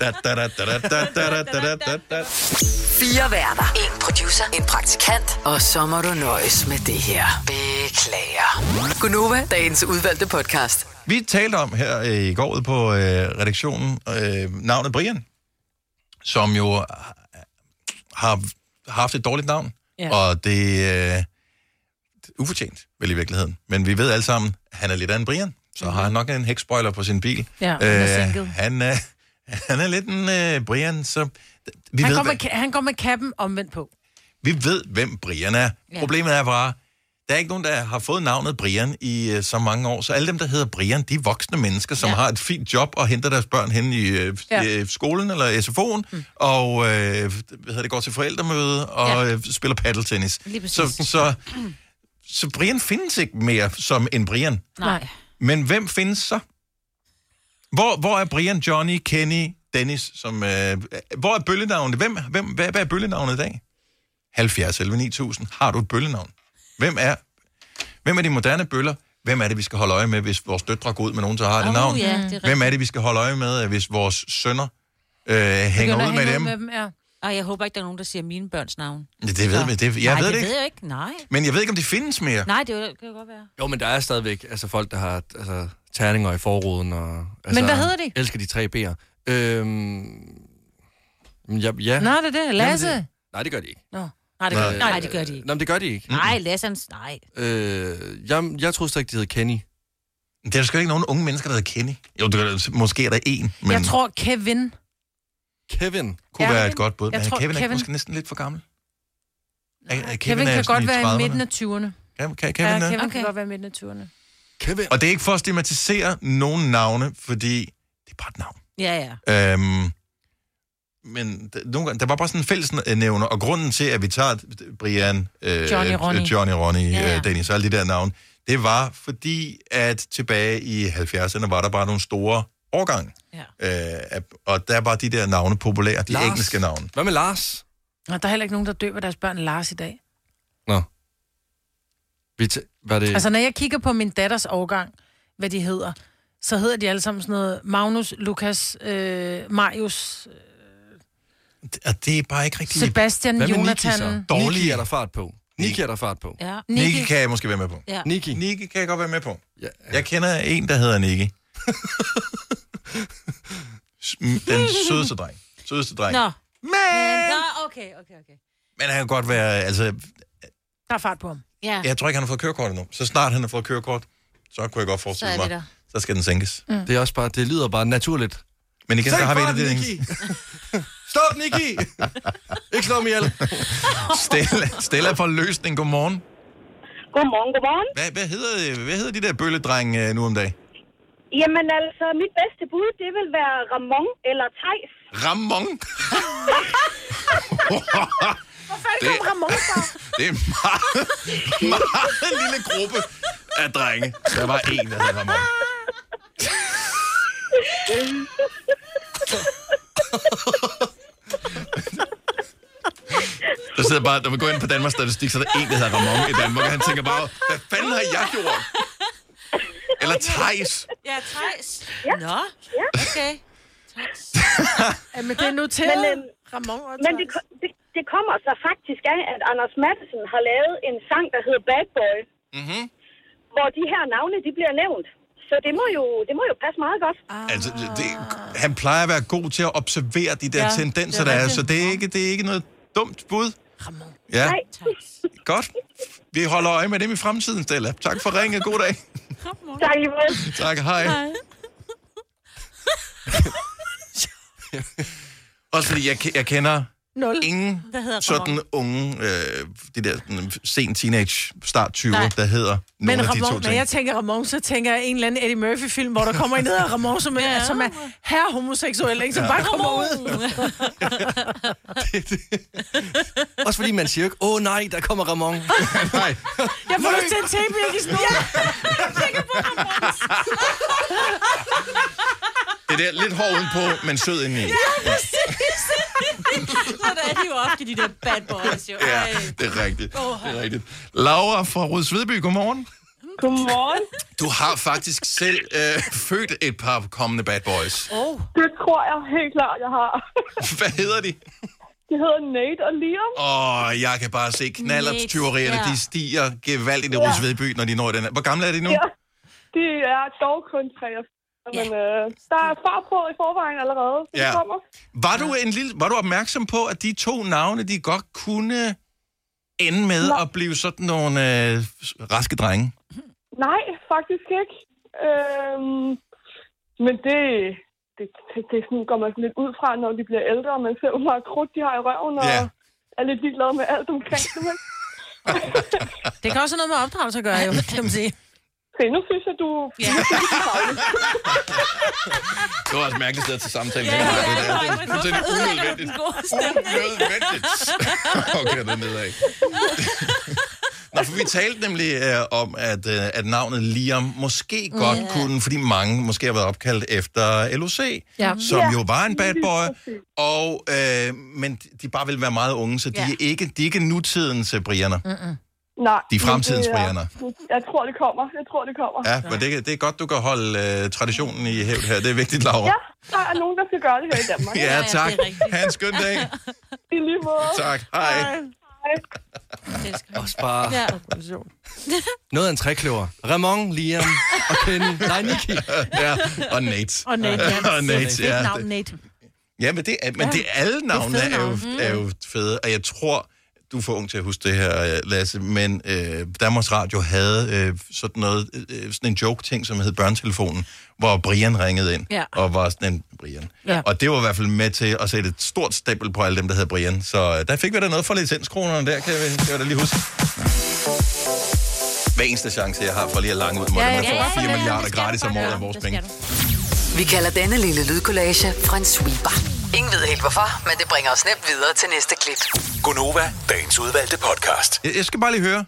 4 værter, 1 producer, 1 praktikant, og så må du nøjes med det her. Beklager. Gonova, dagens udvalgte podcast. Vi talte om her i går ude på redaktionen navnet Brian, som jo har haft et dårligt navn, og det er ufortjent, vel i virkeligheden. Men vi ved alle sammen, at han er lidt af en Brian, så har han nok en hækspoiler på sin bil. Ja, han er lidt en Brian, så... Han går med kappen omvendt på. Vi ved, hvem Brian er. Ja. Problemet er bare, der er ikke nogen, der har fået navnet Brian i så mange år. Så alle dem, der hedder Brian, de er voksne mennesker, som har et fint job og henter deres børn hen i skolen eller SFO'en, og går til forældremøde og spiller paddeltennis. Så Brian findes ikke mere som en Brian. Nej. Men hvem findes så? Hvor er Brian, Johnny, Kenny, Dennis? Hvor er bøllenavnet? Hvad er bøllenavnet i dag? 70 11 9000. Har du et bøllenavn? Hvem er de moderne bøller? Hvem er det, vi skal holde øje med, hvis vores døtre går ud med nogen, der har det navn? Ja, hvem er det, vi skal holde øje med, hvis vores sønner hænger ud med dem? Og jeg håber ikke, der er nogen, der siger mine børns navn. Det ved jeg. Jeg ved det ikke. Nej. Men jeg ved ikke, om de findes mere. Nej, det kan jo godt være. Jo, men der er stadigvæk folk, der har terninger i forruden. Og, men hvad hedder de? Elsker de 3 B'er. Ja. Nå, det er det. Lasse? Nej, det gør de ikke. Nå. Nej, det gør de ikke. Nå, men det gør de ikke. Nej, Lassens, nej. Jeg troede slet ikke, de hed Kenny. Det er sgu ikke nogen unge mennesker, der hedder Kenny. Jo, måske er der en, men... Jeg tror Kevin. Kevin? Kunne være et godt bud, men Kevin er måske næsten lidt for gammel. Kevin kan godt være i midten af 20'erne. Kevin kan godt være i midten af 20'erne. Kevin. Og det er ikke for at stigmatisere nogen navne, fordi det er bare et navn. Ja. Men der var bare sådan en fællesnævner, og grunden til, at vi tager Brian, Johnny, Ronny, Dennis og alle de der navne, det var fordi, at tilbage i 70'erne var der bare nogle store årgange. Ja. Og der var de der navne populære, de engelske navne. Hvad med Lars? Og der er heller ikke nogen, der døber deres børn Lars i dag. Nå. Var det... Altså, når jeg kigger på min datters årgang, hvad de hedder, så hedder de alle sammen sådan noget Magnus, Lukas, Marius... Og det er bare ikke rigtigt. Sebastian, Jonathan... Niki er der fart på. Niki er der fart på. Ja. Niki kan jeg måske være med på. Ja. Niki kan jeg godt være med på. Ja. Jeg kender en, der hedder Niki. Den sødeste dreng. Nå. Men... Okay. Men han kan godt være, altså... Der er fart på ham. Ja. Jeg tror ikke, han har fået kørekort endnu. Så snart han har fået kørekort, så kunne jeg godt forestille mig, så skal den sænkes. Det er også bare, det lyder bare naturligt. Men igen, så har vi en af de ting. Stop, Nicky! Ikke slå mig ihjel. Stella fra Løsning, godmorgen. Godmorgen. Hvad hedder de der bølledrenge nu om dagen? Jamen altså, mit bedste bud, det vil være Ramon eller Theis. Ramon? Hvor fanden kom Ramon fra? Det er en meget lille gruppe af drenge. Der var en, der hed Ramon. Der sidder bare, når vi går ind på Danmarks Statistik, så er der en, der hedder Ramon i Danmark, og han tænker bare, hvad fanden har jeg gjort? Eller Theis. Ja, Theis. Ja. Nå, okay. Theis. Men det er noteret. Ramon og men det kommer så faktisk af, at Anders Matthesen har lavet en sang, der hedder Bad Boy, hvor de her navne, de bliver nævnt. Så det må jo passe meget godt. Altså, han plejer at være god til at observere de der tendenser, der er, så det er ikke noget dumt bud. Ramon. Ja. Nej. Godt. Vi holder øje med dem i fremtiden, Stella. Tak for ringet. God dag. Tak i måde. Tak, hej. Også fordi jeg kender ingen sådan unge, de der sen teenage, start 20'er, der hedder nogle af de to ting. Når jeg tænker Ramon, så tænker jeg en eller anden Eddie Murphy-film, hvor der kommer en ned af Ramon, som er herre homoseksuel, ikke? Som bare kommer ud. Også fordi man siger ikke, nej, der kommer Ramon. Nej. Jeg får lyst til en tebirk i snor. Jeg tænker på Ramon. Det er lidt hård udenpå, men sød indeni. Ja, præcis. Så der er de jo ofte, de der bad boys, jo. Ja, det er rigtigt. Det er rigtigt. Laura fra Rudsvedby, godmorgen. Godmorgen. Du har faktisk selv født et par kommende bad boys. Det tror jeg helt klart, jeg har. Hvad hedder de? De hedder Nate og Liam. Jeg kan bare se knallertyverierne, de stiger gevaldigt i Rudsvedby, når de når den. Hvor gamle er de nu? Ja, de er dog kun 3 år. Men der er far på i forvejen allerede, så det kommer. Var du opmærksom på, at de to navne, de godt kunne ende med at blive sådan nogle raske drenge? Nej, faktisk ikke. Men det sådan, går man lidt ud fra, når de bliver ældre, og man ser, hvor meget krudt de har i røven, og er lidt ligeglade med alt omkring dem. Det kan også have noget med opdragelse at gøre, jo, kan man sige. Se, nu synes jeg, du... Det var også mærkeligt sted til samtale. Det er fuldstændig unødvendigt. Unødvendigt. Okay, det er nedad. Nå, for vi talte nemlig om, at navnet Liam måske godt kunne, fordi mange måske har været opkaldt efter LOC, som jo var en bad boy, men de bare vil være meget unge, så de er ikke nutidens Brianna. Nej. De fremtidens Brianna. Jeg tror, det kommer. Ja, men det er godt, du kan holde traditionen i hævd her. Det er vigtigt, Laura. Ja, der er nogen, der skal gøre det her i Danmark. Ja, tak. Ha' en skøn dag. I lige måde. Tak. Hej. Også bare noget af en trækløver. Ramon, Liam og Kenny. Nej, Nicky. Ja, og Nate. Og Nate, ja. Navn Nate. Ja, men alle navne er jo fede, og jeg tror... Du er for ung til at huske det her, Lasse, men Danmarks Radio havde sådan en joke-ting, som hed Børnetelefonen, hvor Brian ringede ind, og var sådan en Brian. Ja. Og det var i hvert fald med til at sætte et stort stempel på alle dem, der hedder Brian. Så der fik vi da noget for licenskronerne der, kan jeg da lige huske. Hver eneste chance, jeg har for lige at lange ud, må man få 4 milliarder gratis om året af vores penge. Vi kalder denne lille lydkollage en sweeper. Ingen ved helt hvorfor, men det bringer os nemt videre til næste klip. Gonova, dagens udvalgte podcast. Jeg skal bare lige høre.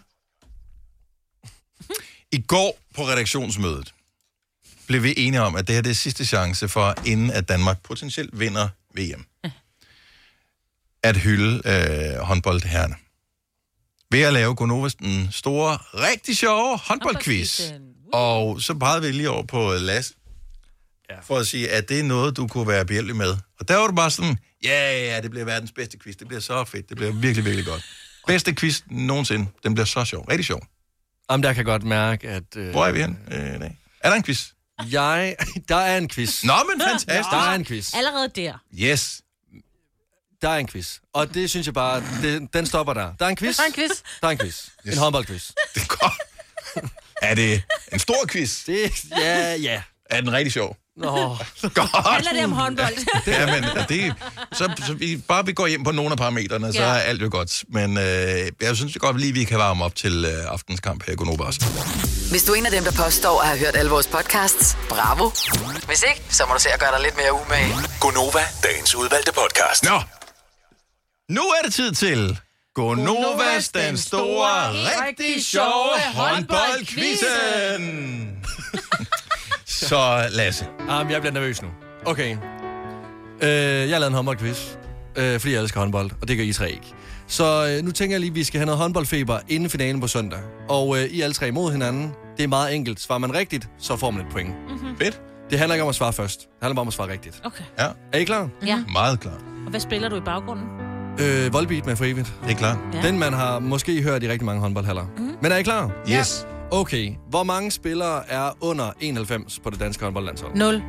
I går på redaktionsmødet blev vi enige om, at det her det er sidste chance for, inden at Danmark potentielt vinder VM, at hylde håndboldherrerne. Ved at lave Gonovas den store, rigtig sjove håndboldquiz. Og så pegede vi lige over på Lasse, for at sige, at det er noget, du kunne være behjælpelig med. Og der var det bare sådan, det bliver verdens bedste quiz. Det bliver så fedt. Det bliver virkelig, virkelig godt. Bedste quiz nogensinde. Den bliver så sjov. Rigtig sjov. Jamen, der kan godt mærke, at... Hvor er vi hen? Er der en quiz? Der er en quiz. Nå, men fantastisk. Der er en quiz. Allerede der. Yes. Der er en quiz. Og det synes jeg bare, den stopper der. Der er en quiz. Der er en quiz. Der er en quiz. En håndboldquiz. Det er godt. Er det en stor quiz? Ja. Er den rigtig sjov? Godt. Handler det om håndbold? Ja, men så vi går hjem på nogle af parametrene, så er alt jo godt. Men jeg synes godt lige, vi kan varme op til aftens kamp her i Gonova også. Hvis du er en af dem, der påstår at have hørt alle vores podcasts, bravo. Hvis ikke, så må du se at gøre dig lidt mere umage. Gonova, dagens udvalgte podcast. Nå, nu er det tid til Gonovas, den store, rigtig sjove håndboldquizzen. Så Lasse. Jeg bliver nervøs nu. Okay. Jeg har lavet en håndboldquiz, fordi jeg elsker håndbold, og det gør I tre ikke. Så nu tænker jeg lige, at vi skal have noget håndboldfeber inden finalen på søndag. Og I alle tre imod hinanden. Det er meget enkelt. Svarer man rigtigt, så får man et point. Mm-hmm. Fedt. Det handler ikke om at svare først. Det handler bare om at svare rigtigt. Okay. Ja. Er I klar? Ja. Meget klar. Og hvad spiller du i baggrunden? Volbeat med For Evigt. Det er klart. Ja. Den man har måske hørt i rigtig mange håndboldhaller. Men er I klar? Yes. Okay. Hvor mange spillere er under 91 på det danske håndboldlandshold? 0.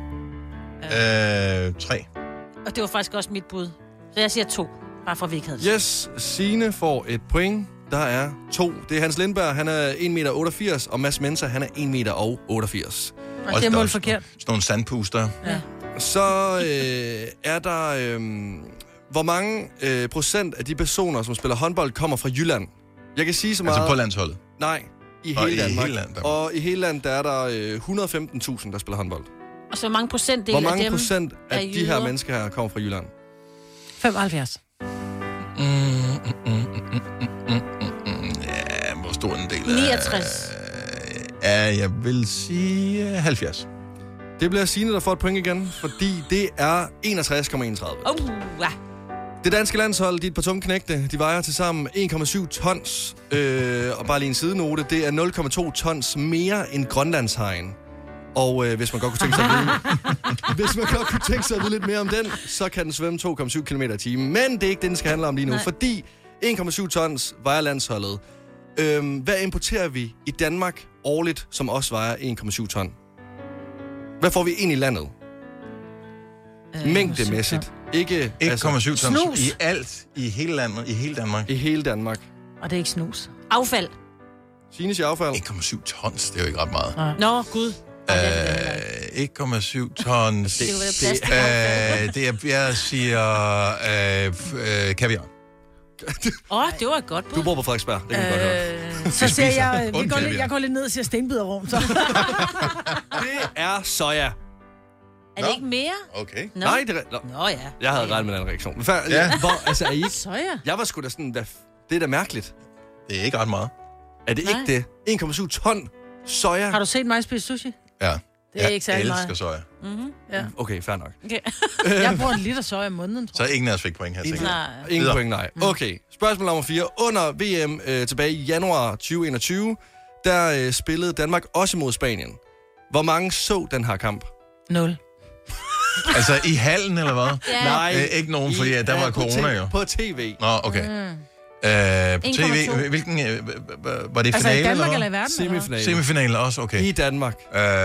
3. Og det var faktisk også mit bud. Så jeg siger 2. Bare for at vi ikke havde det. Yes, Signe får et point. Der er 2. Det er Hans Lindberg, han er 1,88 meter, og Mads Menser, han er 1,88 meter. Og det er mål forkert. Sådan nogle sandpuster. Ja. Så er der... hvor mange procent af de personer, som spiller håndbold, kommer fra Jylland? Jeg kan sige så meget... Altså på landsholdet? Nej, i hele Danmark. Og i hele landet, der er der 115.000, der spiller håndbold. Og så hvor mange procentdel Hvor af mange dem procent af de her jyder? mennesker her kommer fra Jylland? 75. Ja, hvor stor en del af... 69. Ja, jeg vil sige 70. Det bliver Signe, der får et point igen, fordi det er 61,31. Ja. Det danske landshold, de er et par tunge knægte, de vejer til sammen 1,7 tons. Og bare lige en sidenote, det er 0,2 tons mere end Grønlandshegn. Og hvis man godt kunne tænke sig at vide, lidt mere om den, så kan den svømme 2,7 km i timen. Men det er ikke det, den skal handle om lige nu, fordi 1,7 tons vejer landsholdet. Hvad importerer vi i Danmark årligt, som også vejer 1,7 ton? Hvad får vi ind i landet? Mængdemæssigt. Ikke 1,7 tons i alt, i hele landet, i hele Danmark. I hele Danmark. Og det er ikke snus. Affald. Sines affald. 1,7 tons, det er jo ikke ret meget. Nå, gud. 1,7 tons. Det er, jeg siger, kaviar. Det var et godt bud. Du bor på Frederiksberg, det kan vi godt høre. Så siger jeg går lidt ned og siger stenbiderrum, så. Det er soja. Er det ikke mere? Okay. Nå. Nej, det er... Nå ja. Jeg havde regnet med den reaktion. Altså, er I ikke... Soja? Jeg var sgu da sådan... Det er da mærkeligt. Det er ikke ret meget. Er det ikke det? 1,7 ton soja? Har du set mig spise sushi? Ja. Det er ikke særlig meget. Jeg elsker soja. Mm-hmm. Ja. Okay, fair nok. Okay. Jeg bruger 1 liter soja om måneden, tror jeg. Så ingen af os fik point her, tænker jeg. Ingen point, nej. Okay, spørgsmål nummer 4. Under VM tilbage i januar 2021, der spillede Danmark også mod Spanien. Hvor mange så den her kamp? 0. Altså i hallen, eller hvad? Ja. Nej. Ikke nogen, fordi der var corona jo. På tv. Nå, okay. På tv, hvilken... Var det finale? Altså i Danmark eller i verden? Semifinale. Semifinale også, okay. I Danmark.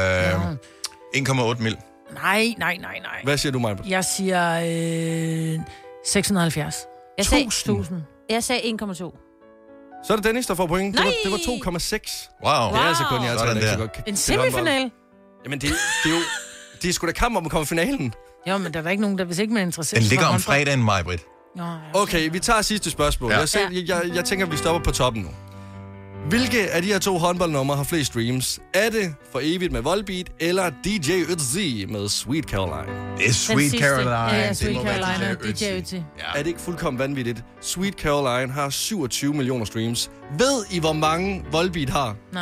1,8 mil. Nej. Hvad siger du, Maja? Jeg siger 670. 1000. Jeg sagde 1,2. Så er det Dennis, der får point. Det var 2,6. Wow. Det er altså kun jeg, der ikke så godt kan. En semifinal? Jamen, det er jo... Det er sgu da kamp om at komme i finalen. Jo, men der er ikke nogen, der hvis ikke man er interesseret. Den ligger om fredagen, Maj-Brit. Okay, vi tager sidste spørgsmål. Ja. Jeg tænker, vi stopper på toppen nu. Hvilke af de her 2 håndboldnumre har flest streams? Er det For Evigt med Volbeat, eller DJ Ötzi med Sweet Caroline? Det er Sweet Caroline. Ja, Sweet Caroline og DJ Ötzi. Ja. Er det ikke fuldkommen vanvittigt? Sweet Caroline har 27 millioner streams. Ved I, hvor mange Volbeat har? Nej.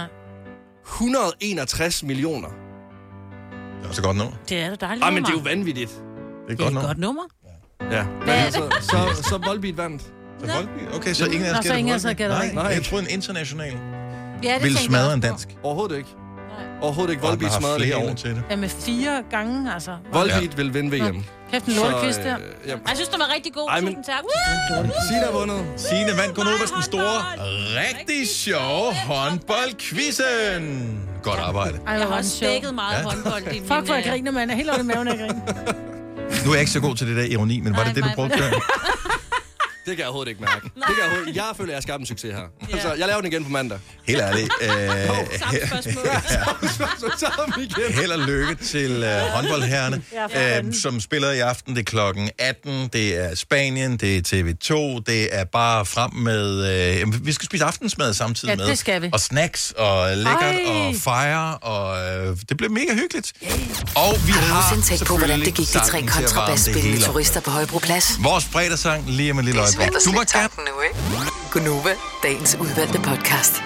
161 millioner. Det er også godt nummer. Det er da dejligt Men det er jo vanvittigt. Det er et godt nummer. Ja. Så Volbeat vandt. Så Volbeat? Okay, så ingen af os gætter Volbeat? Nej, jeg troede en international ville smadre en dansk. Overhovedet ikke. Overhovedet ikke. Volbeat smadrer det hele. Til det. Ja, med 4 gange, altså. Volbeat vil vinde VM. Kæft en lortequiz der. Jeg synes, det var rigtig god. Tusind tak. Signe har vundet. Signe vandt Gonovas den store, rigtig sjove håndboldquizzen. Godt arbejde. Jeg har spækket meget håndbold. Fuck, hvor jeg griner, mand. Jeg er helt under maven, jeg griner. Nu er jeg ikke så god til det der ironi, men var det det, du brugte før? Det kan jeg overhovedet ikke mærke. Jeg føler, jeg har skabt en succes her. Ja. Så jeg laver den igen på mandag. Helt ærligt. Samme spørgsmål. Held og lykke til håndboldherrerne, som spiller i aften. Det er klokken 18. Det er Spanien, det er TV2. Det er bare frem med... vi skal spise aftensmad samtidig med. Ja, det skal vi. Og snacks og lækkert og fejre. Og det bliver mega hyggeligt. Og vi har tænkt på, hvordan det gik de 3 kontrabasspillende turister på Højbroplads. Vores fredagssang lige om et lille øjeblik. Du må gerne nu, ikke? Gunova, dagens udvalgte podcast.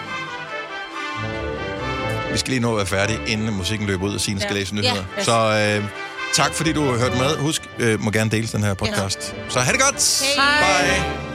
Vi skal lige nå at være færdige, inden musikken løber ud, og Signe skal læse nyheder. Ja. Så tak fordi du hørte med. Husk, må gerne dele den her podcast. Så ha' det godt. Hej. Bye.